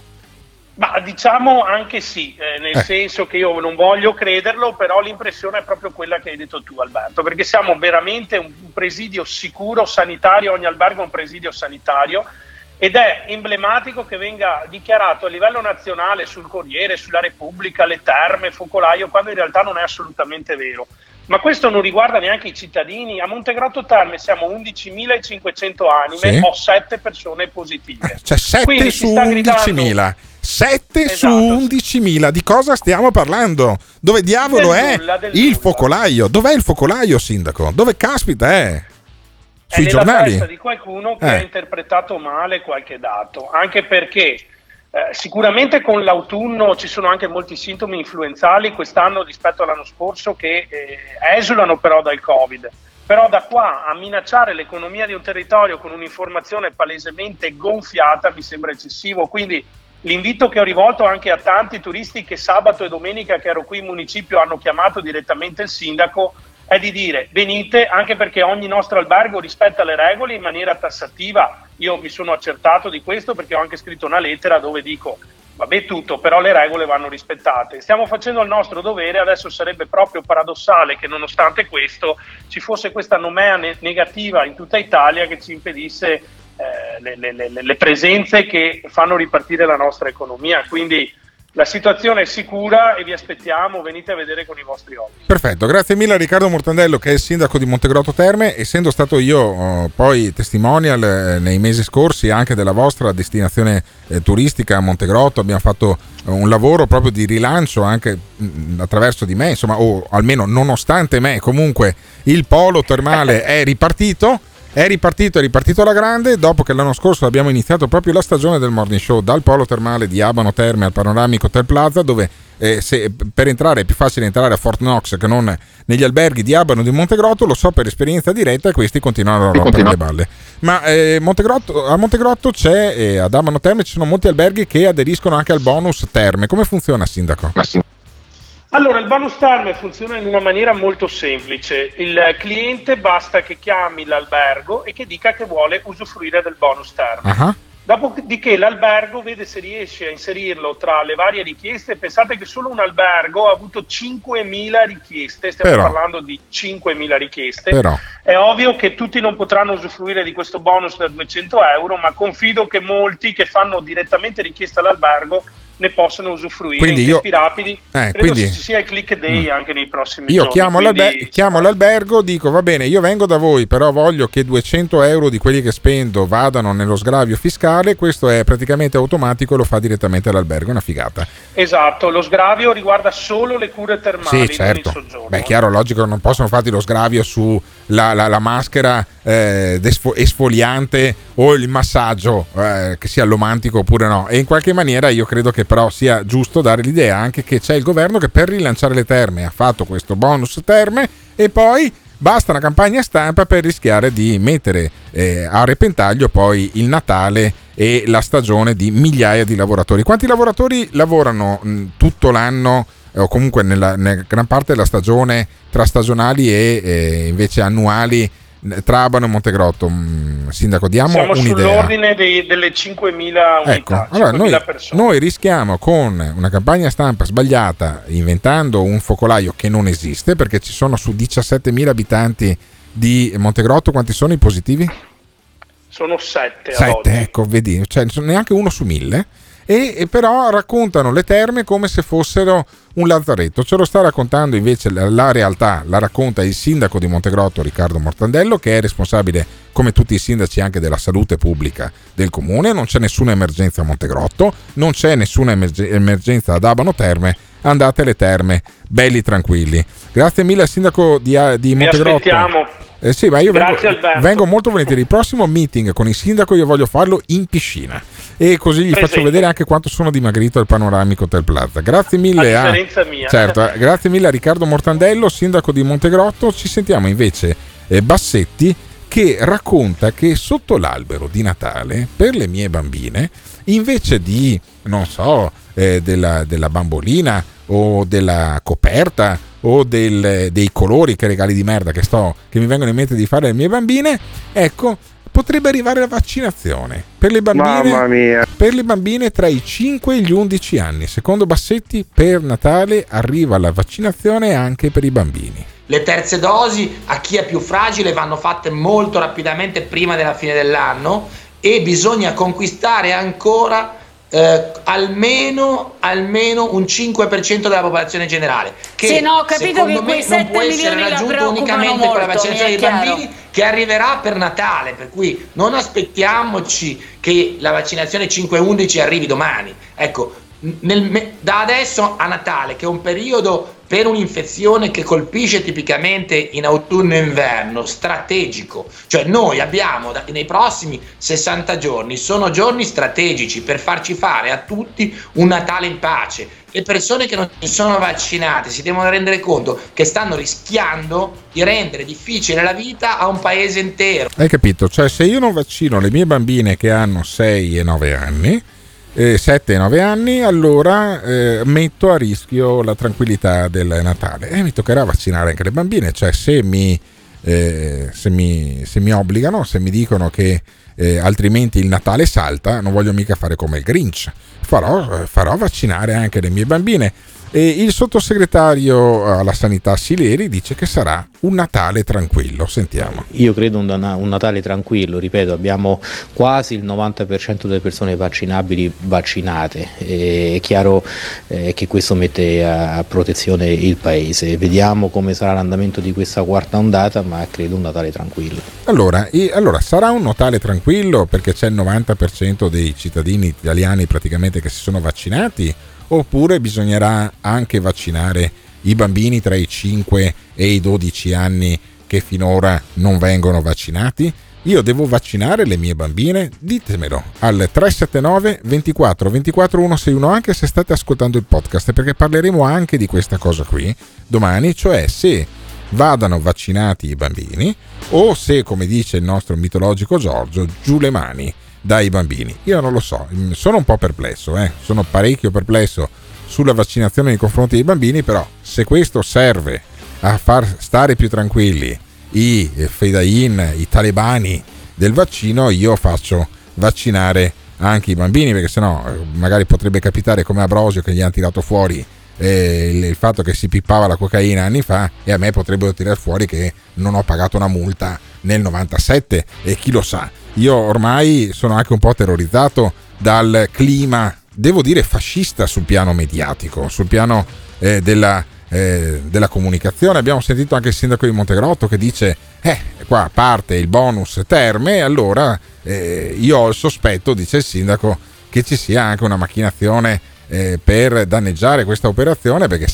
Ma diciamo anche sì, nel senso che io non voglio crederlo, però l'impressione è proprio quella che hai detto tu, Alberto, perché siamo veramente un presidio sicuro sanitario, ogni albergo è un presidio sanitario, ed è emblematico che venga dichiarato a livello nazionale sul Corriere, sulla Repubblica, le terme, focolaio, quando in realtà non è assolutamente vero. Ma questo non riguarda neanche i cittadini. A Montegrotto Terme siamo 11.500 anime, ho 7 persone positive. Cioè 7 su 11.000. 7 su 11.000, di cosa stiamo parlando? Dove diavolo è il focolaio? Dov'è il focolaio, sindaco? Dove caspita è? Sui giornali? È nella testa di qualcuno che ha interpretato male qualche dato, anche perché sicuramente con l'autunno ci sono anche molti sintomi influenzali quest'anno rispetto all'anno scorso che esulano però dal Covid. Però da qua a minacciare l'economia di un territorio con un'informazione palesemente gonfiata mi sembra eccessivo, quindi l'invito che ho rivolto anche a tanti turisti che sabato e domenica che ero qui in municipio hanno chiamato direttamente il sindaco è di dire venite, anche perché ogni nostro albergo rispetta le regole in maniera tassativa. Io mi sono accertato di questo perché ho anche scritto una lettera dove dico vabbè tutto, però le regole vanno rispettate. Stiamo facendo il nostro dovere, adesso sarebbe proprio paradossale che nonostante questo ci fosse questa nomea negativa in tutta Italia che ci impedisse le presenze che fanno ripartire la nostra economia. Quindi la situazione è sicura e vi aspettiamo, venite a vedere con i vostri occhi. Perfetto, grazie mille a Riccardo Mortandello, che è il sindaco di Montegrotto Terme. Essendo stato io poi testimonial nei mesi scorsi anche della vostra destinazione turistica a Montegrotto, abbiamo fatto un lavoro proprio di rilancio anche attraverso di me, insomma, o almeno nonostante me, comunque il polo termale è ripartito alla grande, dopo che l'anno scorso abbiamo iniziato proprio la stagione del Morning Show dal polo termale di Abano Terme al Panoramico Hotel Plaza, dove per entrare è più facile entrare a Fort Knox che non negli alberghi di Abano e di Montegrotto, lo so per esperienza diretta, e questi continuano a rompere le balle. Ma a Montegrotto c'è, ad Abano Terme ci sono molti alberghi che aderiscono anche al bonus terme. Come funziona, sindaco? Allora, il bonus terme funziona in una maniera molto semplice. Il cliente basta che chiami l'albergo e che dica che vuole usufruire del bonus terme. Uh-huh. Dopodiché l'albergo vede se riesce a inserirlo tra le varie richieste. Pensate che solo un albergo ha avuto 5.000 richieste, stiamo parlando di 5.000 richieste. È ovvio che tutti non potranno usufruire di questo bonus da 200 euro, ma confido che molti che fanno direttamente richiesta all'albergo ne possono usufruire. Quindi in tempi rapidi. Credo ci sia il click day anche nei prossimi giorni. Io chiamo l'albergo, dico va bene, io vengo da voi, però voglio che 200 euro di quelli che spendo vadano nello sgravio fiscale. Questo è praticamente automatico, lo fa direttamente l'albergo, è una figata. Esatto, lo sgravio riguarda solo le cure termali, sì, certo. non il soggiorno. Beh, chiaro, logico, non possono farti lo sgravio su la maschera esfoliante o il massaggio, che sia romantico oppure no. E in qualche maniera io credo che però sia giusto dare l'idea anche che c'è il governo che per rilanciare le terme ha fatto questo bonus terme, e poi basta una campagna stampa per rischiare di mettere a repentaglio poi il Natale e la stagione di migliaia di lavoratori. Quanti lavoratori lavorano tutto l'anno o comunque nella gran parte della stagione, tra stagionali e invece annuali, tra Abano e Montegrotto? Sindaco, diamo Siamo un'idea. sull'ordine delle 5.000 unità, Ecco, allora 5.000 persone. noi rischiamo con una campagna stampa sbagliata, inventando un focolaio che non esiste, perché ci sono su 17.000 abitanti di Montegrotto, quanti sono i positivi? Sono 7 7, ecco, vedi, cioè neanche uno su 1.000. E però raccontano le terme come se fossero un lazzaretto. Ce lo sta raccontando invece la realtà, la racconta il sindaco di Montegrotto, Riccardo Mortandello, che è responsabile come tutti i sindaci anche della salute pubblica del comune. Non c'è nessuna emergenza a Montegrotto, non c'è nessuna emergenza ad Abano Terme, andate alle terme belli tranquilli. Grazie mille al sindaco di Montegrotto. Aspettiamo. Sì, ma io vengo molto volentieri. Il prossimo meeting con il sindaco io voglio farlo in piscina, e così gli faccio vedere anche quanto sono dimagrito al Panoramico Hotel Plaza. Grazie mille a differenza mia. Certo, grazie mille a Riccardo Mortandello, sindaco di Montegrotto. Ci sentiamo invece Bassetti, che racconta che sotto l'albero di Natale per le mie bambine, invece di, non so, della bambolina o della coperta o dei colori che regali di merda che mi vengono in mente di fare le mie bambine, ecco, potrebbe arrivare la vaccinazione per le bambine. Mamma mia. Per le bambine tra i 5 e gli 11 anni. Secondo Bassetti, per Natale arriva la vaccinazione anche per i bambini. Le terze dosi a chi è più fragile vanno fatte molto rapidamente prima della fine dell'anno, e bisogna conquistare ancora almeno un 5% della popolazione generale, che sì, no, ho capito secondo che me quei non 7 può essere milioni la raggiunto preoccupano unicamente con la molto, vaccinazione mi è dei chiaro. bambini, che arriverà per Natale, per cui non aspettiamoci che la vaccinazione 5-11 arrivi domani. Ecco, da adesso a Natale, che è un periodo per un'infezione che colpisce tipicamente in autunno e inverno, strategico, cioè noi abbiamo nei prossimi 60 giorni, sono giorni strategici per farci fare a tutti un Natale in pace. Le persone che non sono vaccinate si devono rendere conto che stanno rischiando di rendere difficile la vita a un paese intero. Hai capito? Cioè, se io non vaccino le mie bambine che hanno 6 e 9 anni, 7 e 9 anni, allora metto a rischio la tranquillità del Natale, e mi toccherà vaccinare anche le bambine. Cioè, se mi obbligano, se mi dicono che altrimenti il Natale salta, non voglio mica fare come il Grinch, farò vaccinare anche le mie bambine. E il sottosegretario alla sanità Sileri dice che sarà un Natale tranquillo. Sentiamo. Io credo un Natale tranquillo, ripeto, abbiamo quasi il 90% delle persone vaccinabili vaccinate, è chiaro che questo mette a protezione il paese. Vediamo come sarà l'andamento di questa quarta ondata, ma credo un Natale tranquillo. Allora sarà un Natale tranquillo perché c'è il 90% dei cittadini italiani praticamente che si sono vaccinati, oppure bisognerà anche vaccinare i bambini tra i 5 e i 12 anni che finora non vengono vaccinati? Io devo vaccinare le mie bambine? Ditemelo al 379 24 24 161, anche se state ascoltando il podcast, perché parleremo anche di questa cosa qui domani, cioè se vadano vaccinati i bambini o se, come dice il nostro mitologico Giorgio, giù le mani dai bambini. Io non lo so, sono un po' perplesso, sono parecchio perplesso sulla vaccinazione nei confronti dei bambini, però se questo serve a far stare più tranquilli i fedain, i talebani del vaccino, io faccio vaccinare anche i bambini, perché sennò magari potrebbe capitare come a Brosio, che gli hanno tirato fuori il fatto che si pippava la cocaina anni fa, e a me potrebbero tirare fuori che non ho pagato una multa nel 97, e chi lo sa. Io ormai sono anche un po' terrorizzato dal clima, devo dire, fascista sul piano mediatico, sul piano della comunicazione. Abbiamo sentito anche il sindaco di Montegrotto che dice qua parte il bonus terme, allora io ho il sospetto, dice il sindaco, che ci sia anche una macchinazione per danneggiare questa operazione, perché sai,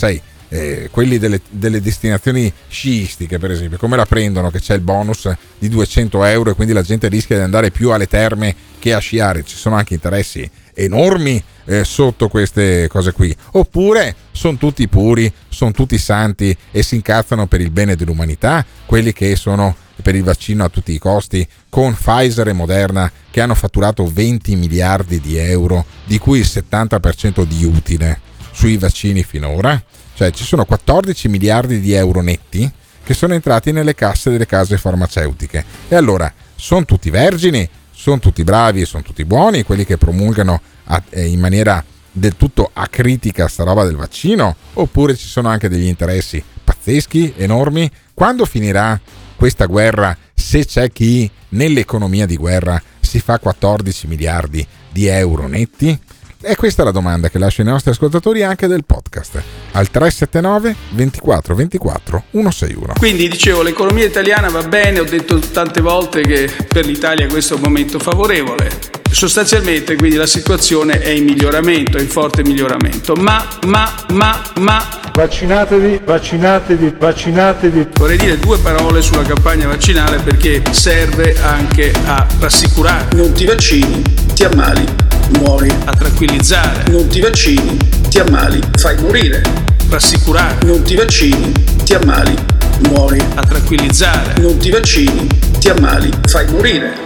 quelli delle destinazioni sciistiche, per esempio, come la prendono che c'è il bonus di 200 euro e quindi la gente rischia di andare più alle terme che a sciare? Ci sono anche interessi enormi sotto queste cose qui. Oppure sono tutti puri, sono tutti santi e si incazzano per il bene dell'umanità, quelli che sono per il vaccino a tutti i costi, con Pfizer e Moderna che hanno fatturato 20 miliardi di euro, di cui il 70% di utile sui vaccini finora. Cioè ci sono 14 miliardi di euro netti che sono entrati nelle casse delle case farmaceutiche. E allora, sono tutti vergini, sono tutti bravi, sono tutti buoni quelli che promulgano in maniera del tutto acritica sta roba del vaccino, oppure ci sono anche degli interessi pazzeschi, enormi? Quando finirà questa guerra, se c'è chi nell'economia di guerra si fa 14 miliardi di euro netti? E questa è la domanda che lascio ai nostri ascoltatori anche del podcast al 379 24 24 161. Quindi dicevo, l'economia italiana va bene, ho detto tante volte che per l'Italia questo è un momento favorevole. Sostanzialmente quindi la situazione è in miglioramento, è in forte miglioramento, ma vaccinatevi. Vorrei dire due parole sulla campagna vaccinale perché serve anche a rassicurare. Non ti vaccini, ti ammali, muori. A tranquillizzare. Non ti vaccini, ti ammali, fai morire. Rassicurare. Non ti vaccini, ti ammali, muori. A tranquillizzare. Non ti vaccini, ti ammali, fai morire.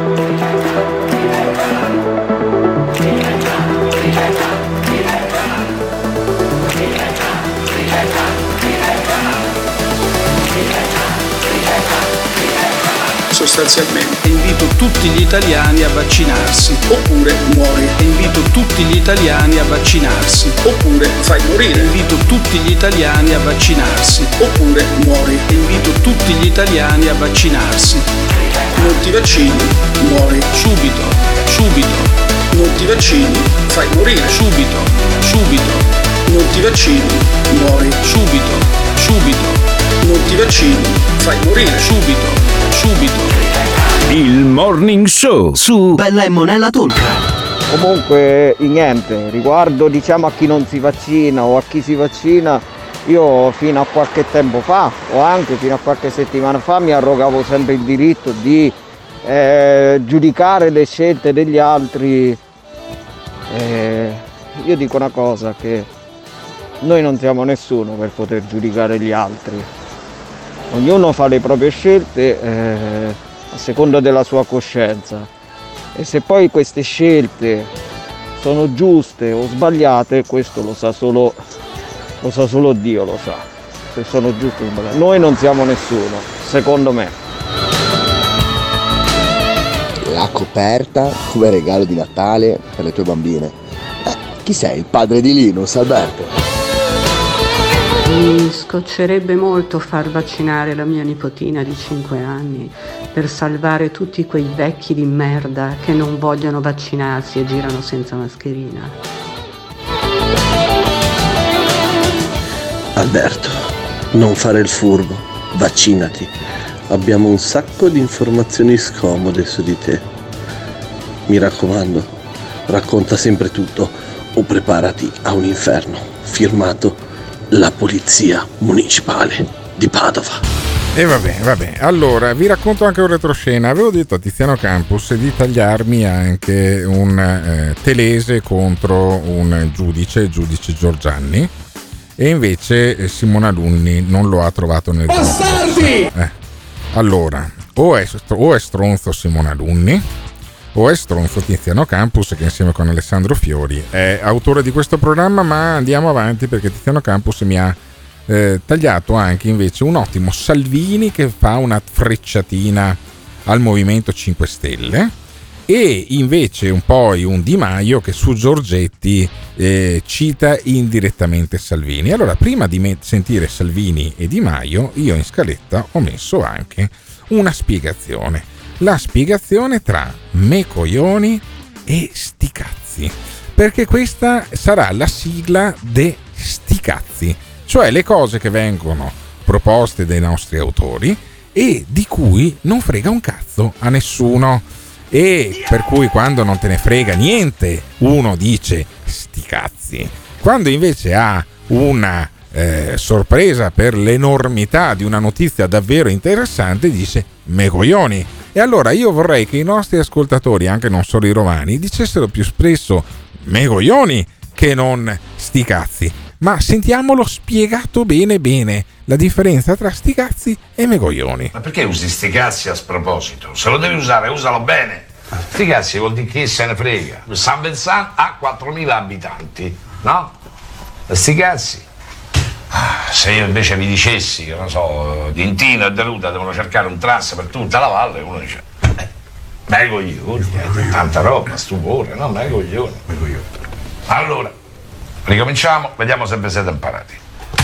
Sostanzialmente invito tutti gli italiani a vaccinarsi oppure muori. Invito tutti gli italiani a vaccinarsi oppure fai morire. Invito tutti gli italiani a vaccinarsi oppure muori. Invito tutti gli italiani a vaccinarsi. Non ti vaccini, muori. Subito. Non ti vaccini, fai morire. Subito. Non ti vaccini, muori. Subito. Non ti vaccini, fai morire. Subito. Il Morning Show su Bella e Monella Talk. Comunque niente, riguardo diciamo a chi non si vaccina o a chi si vaccina, io fino a qualche tempo fa o anche fino a qualche settimana fa mi arrogavo sempre il diritto di giudicare le scelte degli altri. Io dico una cosa, che noi non siamo nessuno per poter giudicare gli altri. Ognuno fa le proprie scelte a seconda della sua coscienza, e se poi queste scelte sono giuste o sbagliate, questo lo sa solo Dio, lo sa se sono giuste o sbagliate. Noi non siamo nessuno, secondo me. La coperta come regalo di Natale per le tue bambine. Chi sei, il padre di Linus, Alberto? Mi scoccerebbe molto far vaccinare la mia nipotina di 5 anni per salvare tutti quei vecchi di merda che non vogliono vaccinarsi e girano senza mascherina. Alberto, non fare il furbo, vaccinati. Abbiamo un sacco di informazioni scomode su di te. Mi raccomando, racconta sempre tutto o preparati a un inferno. Firmato la Polizia Municipale di Padova. E vabbè, allora vi racconto anche un retroscena. Avevo detto a Tiziano Campus di tagliarmi anche un telese contro un giudice Giorgianni, e invece Simona Alunni non lo ha trovato nel Bastardi! Allora, o è stronzo Simona Alunni o è stronzo Tiziano Campus, che insieme con Alessandro Fiori è autore di questo programma. Ma andiamo avanti, perché Tiziano Campus mi ha tagliato anche invece un ottimo Salvini che fa una frecciatina al Movimento 5 Stelle, e invece poi un Di Maio che su Giorgetti cita indirettamente Salvini. Allora, prima di sentire Salvini e Di Maio, io in scaletta ho messo anche una spiegazione. La spiegazione tra me coglioni e sti cazzi, perché questa sarà la sigla de sti cazzi, cioè le cose che vengono proposte dai nostri autori e di cui non frega un cazzo a nessuno, e per cui quando non te ne frega niente uno dice sti cazzi, quando invece ha una sorpresa per l'enormità di una notizia davvero interessante, dice megoglioni. E allora io vorrei che i nostri ascoltatori, anche non solo i romani, dicessero più spesso megoglioni che non sti cazzi. Ma sentiamolo spiegato bene la differenza tra sti cazzi e megoglioni. Ma perché usi sti cazzi a sproposito? Se lo devi usare, usalo bene. Sti cazzi vuol dire che se ne frega. San Vincent ha 4.000 abitanti, no? E sti cazzi. Se io invece vi dicessi che, non so, Tintino e Deruta devono cercare un trans per tutta la valle, uno dice megoglioni, tanta roba, stupore, no? Megoglioni. Allora, ricominciamo, vediamo se vi siete imparati.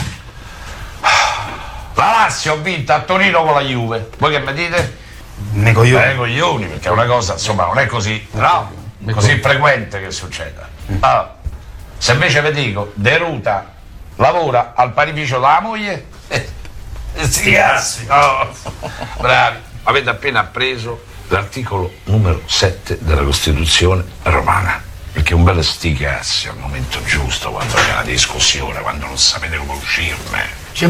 La Lazio ha vinto a Torino con la Juve. Voi che mi dite? Megoglioni, perché è una cosa, insomma, non è così, no? Così frequente che succeda. Allora, se invece vi dico, Deruta lavora al panificio della moglie, sti cazzi, oh. Bravi, avete appena appreso l'articolo numero 7 della Costituzione romana. Perché un bel sti cazzi al momento giusto, quando c'è una discussione, quando non sapete come uscirne. Cioè,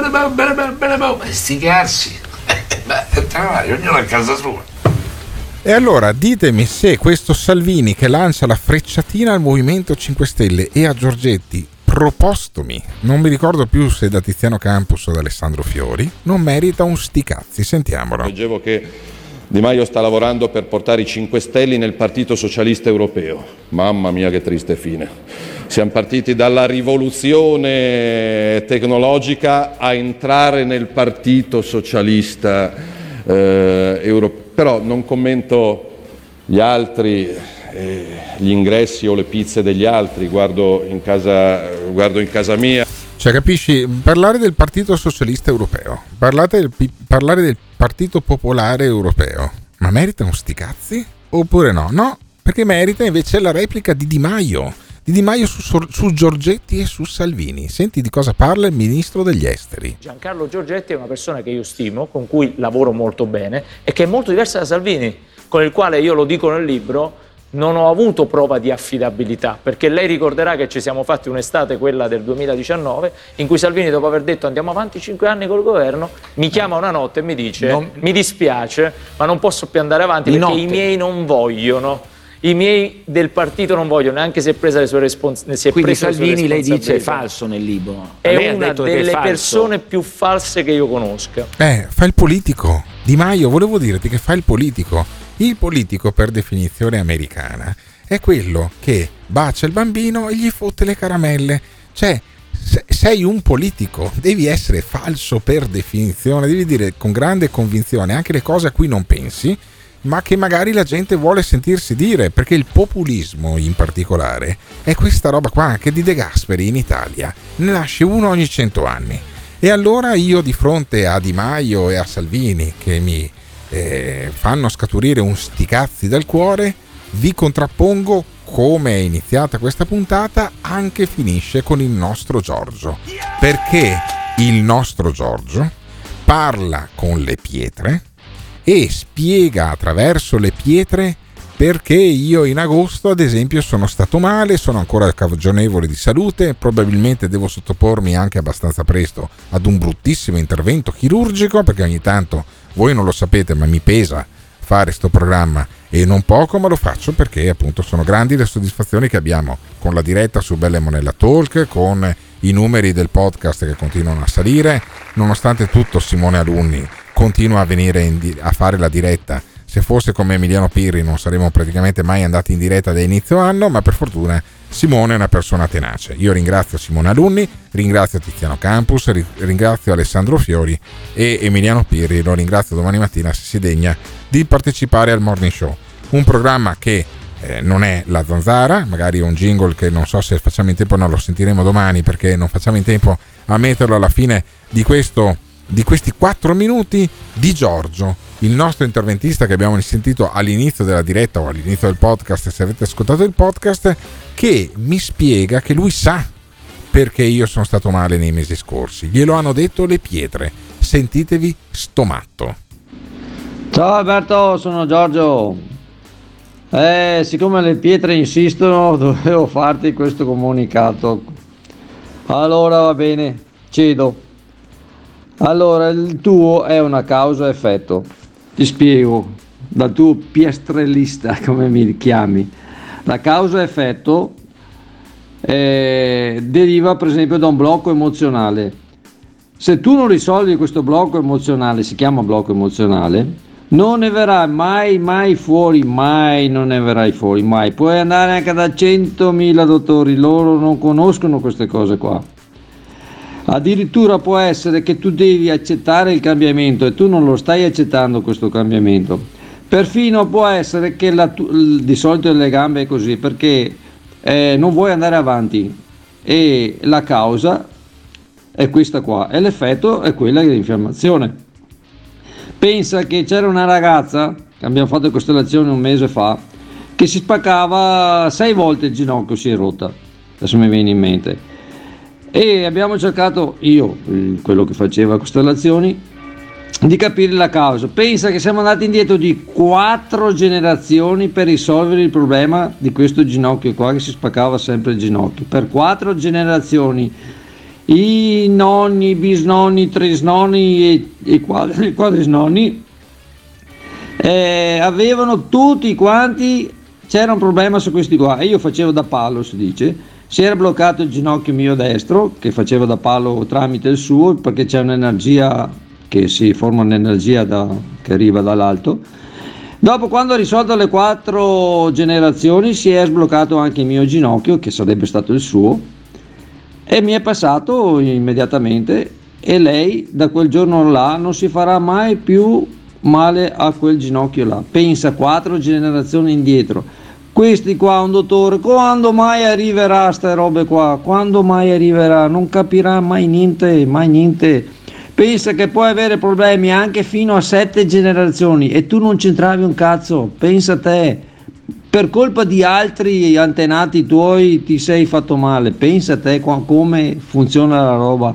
sti cazzi. Ognuno a casa sua. E allora ditemi se questo Salvini, che lancia la frecciatina al Movimento 5 Stelle e a Giorgetti, propostomi, non mi ricordo più se da Tiziano Campus o da Alessandro Fiori, non merita un sti cazzi. Sentiamolo. Leggevo che Di Maio sta lavorando per portare i 5 Stelle nel Partito Socialista Europeo. Mamma mia che triste fine. Siamo partiti dalla rivoluzione tecnologica a entrare nel Partito Socialista Europeo. Però non commento gli altri, gli ingressi o le pizze degli altri, guardo in casa mia. Cioè, capisci, parlare del Partito Socialista Europeo, parlare del Partito Popolare Europeo, ma merita un sti cazzi? Oppure no? No, perché merita invece la replica di Di Maio su Giorgetti e su Salvini. Senti di cosa parla il ministro degli esteri. Giancarlo Giorgetti è una persona che io stimo, con cui lavoro molto bene e che è molto diversa da Salvini, con il quale, io lo dico nel libro, non ho avuto prova di affidabilità, perché lei ricorderà che ci siamo fatti un'estate, quella del 2019, in cui Salvini, dopo aver detto andiamo avanti 5 anni col governo, mi chiama una notte e mi dice mi dispiace ma non posso più andare avanti perché i miei non vogliono. I miei del partito non vogliono, neanche se è presa le sue responsabilità. Quindi Salvini, lei dice, è falso nel libro. È una delle persone più false che io conosca. Fa il politico. Di Maio, volevo dirti che fa il politico. Il politico, per definizione americana, è quello che bacia il bambino e gli fotte le caramelle. Cioè, sei un politico, devi essere falso per definizione, devi dire con grande convinzione anche le cose a cui non pensi, ma che magari la gente vuole sentirsi dire, perché il populismo in particolare è questa roba qua, che di De Gasperi in Italia ne nasce uno ogni 100 anni. E allora io, di fronte a Di Maio e a Salvini che mi fanno scaturire un sti cazzi dal cuore, vi contrappongo, come è iniziata questa puntata, anche finisce con il nostro Giorgio, perché il nostro Giorgio parla con le pietre e spiega attraverso le pietre perché io in agosto, ad esempio, sono stato male, sono ancora cagionevole di salute, probabilmente devo sottopormi anche abbastanza presto ad un bruttissimo intervento chirurgico, perché ogni tanto, voi non lo sapete, ma mi pesa fare sto programma, e non poco, ma lo faccio perché appunto sono grandi le soddisfazioni che abbiamo con la diretta su Bella e Monella Talk, con i numeri del podcast che continuano a salire. Nonostante tutto, Simone Alunni continua a venire a fare la diretta. Se fosse come Emiliano Pirri non saremmo praticamente mai andati in diretta da inizio anno, ma per fortuna Simone è una persona tenace. Io ringrazio Simone Alunni, ringrazio Tiziano Campus, ringrazio Alessandro Fiori e Emiliano Pirri lo ringrazio domani mattina se si degna di partecipare al Morning Show, un programma che non è la zanzara, magari un jingle che non so se facciamo in tempo, no, lo sentiremo domani perché non facciamo in tempo a metterlo alla fine di questi 4 minuti di Giorgio, il nostro interventista che abbiamo sentito all'inizio della diretta o all'inizio del podcast, se avete ascoltato il podcast, che mi spiega che lui sa perché io sono stato male nei mesi scorsi. Glielo hanno detto le pietre. Sentitevi sto matto. Ciao Alberto, sono Giorgio. Siccome le pietre insistono, dovevo farti questo comunicato. Allora va bene, cedo. Allora, il tuo è una causa-effetto. Ti spiego, dal tuo piastrellista, come mi chiami. La causa-effetto deriva per esempio da un blocco emozionale. Se tu non risolvi questo blocco emozionale, si chiama blocco emozionale, non ne verrai mai fuori, mai non ne verrai fuori, mai. Puoi andare anche da 100.000 dottori, loro non conoscono queste cose qua. Addirittura può essere che tu devi accettare il cambiamento e tu non lo stai accettando questo cambiamento. Perfino può essere che di solito le gambe è così perché non vuoi andare avanti e la causa è questa qua e l'effetto è quella dell'infiammazione. Pensa che c'era una ragazza, che abbiamo fatto costellazione un mese fa, che si spaccava 6 volte il ginocchio, si è rotta, adesso mi viene in mente. E abbiamo cercato, io, quello che faceva costellazioni, di capire la causa. Pensa che siamo andati indietro di 4 generazioni per risolvere il problema di questo ginocchio qua, che si spaccava sempre il ginocchio. Per 4 generazioni, i nonni, i bisnonni, i trisnonni e i quadrisnonni avevano tutti quanti, c'era un problema su questi qua. E io facevo da palo, si dice. Si era bloccato il ginocchio mio destro, che faceva da palo tramite il suo, perché c'è un'energia che si forma, un'energia che arriva dall'alto. Dopo, quando ho risolto le 4 generazioni, si è sbloccato anche il mio ginocchio, che sarebbe stato il suo, e mi è passato immediatamente, e lei da quel giorno là non si farà mai più male a quel ginocchio là. Pensa, 4 generazioni indietro. Questi qua, un dottore, quando mai arriverà ste robe qua? Quando mai arriverà? Non capirà mai niente, mai niente. Pensa che puoi avere problemi anche fino a 7 generazioni e tu non c'entravi un cazzo. Pensa a te, per colpa di altri antenati tuoi ti sei fatto male. Pensa a te come funziona la roba.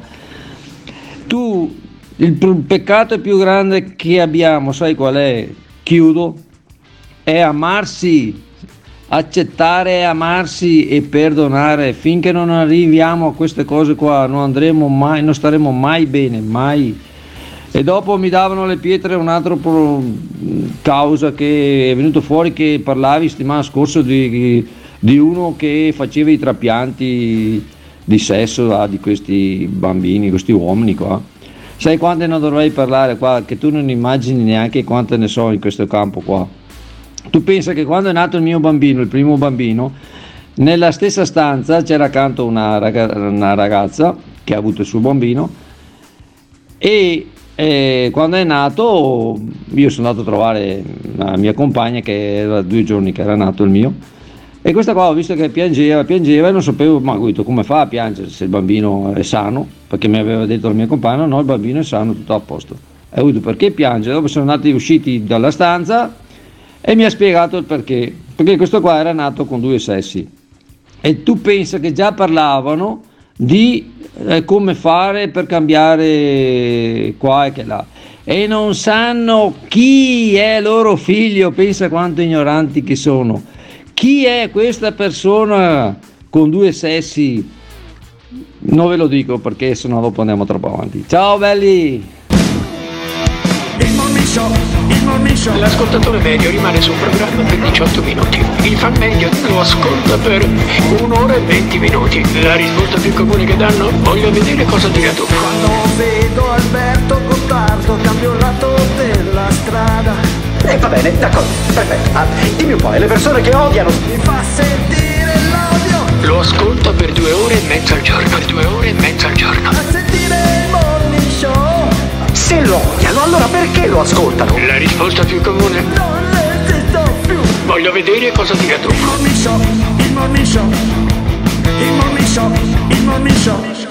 Il peccato più grande che abbiamo, sai qual è? Chiudo. È amarsi. Accettare, amarsi e perdonare. Finché non arriviamo a queste cose qua non andremo mai, non staremo mai bene, mai. E dopo mi davano le pietre un'altra causa che è venuto fuori, che parlavi settimana scorsa di uno che faceva i trapianti di sesso di questi bambini, questi uomini qua. Sai quante ne dovrei parlare qua, che tu non immagini neanche quante ne so in questo campo qua. Tu pensa che quando è nato il mio bambino, il primo bambino, nella stessa stanza c'era accanto una ragazza che ha avuto il suo bambino e quando è nato io sono andato a trovare la mia compagna, che era 2 giorni che era nato il mio, e questa qua ho visto che piangeva e non sapevo, ma come fa a piangere se il bambino è sano, perché mi aveva detto la mia compagna no, il bambino è sano, tutto a posto. E ho detto perché piange? Dopo sono usciti dalla stanza e mi ha spiegato il perché questo qua era nato con 2 sessi e tu pensa che già parlavano di come fare per cambiare qua e che là e non sanno chi è loro figlio. Pensa quanto ignoranti che sono. Chi è questa persona con 2 sessi? Non ve lo dico perché sennò dopo andiamo troppo avanti. Ciao belli. Il Morning Show. L'ascoltatore medio rimane sul programma per 18 minuti. Il fan medio lo ascolta per 1 ora e 20 minuti. La risposta più comune che danno? Voglio vedere cosa dirà tu. Quando vedo Alberto Gottardo cambio il lato della strada. Va bene, d'accordo, perfetto. Dimmi un po', le persone che odiano mi fa sentire l'odio. Lo ascolta per 2 ore e mezza al giorno. Per 2 ore e mezza al giorno. A sentire il Morning Show. Se lo odiano, allora perché lo ascoltano? La risposta più comune? Non esisto più. Voglio vedere cosa dirà tu. Il Morning Show, il Morning Show, il Morning Show, il Morning Show.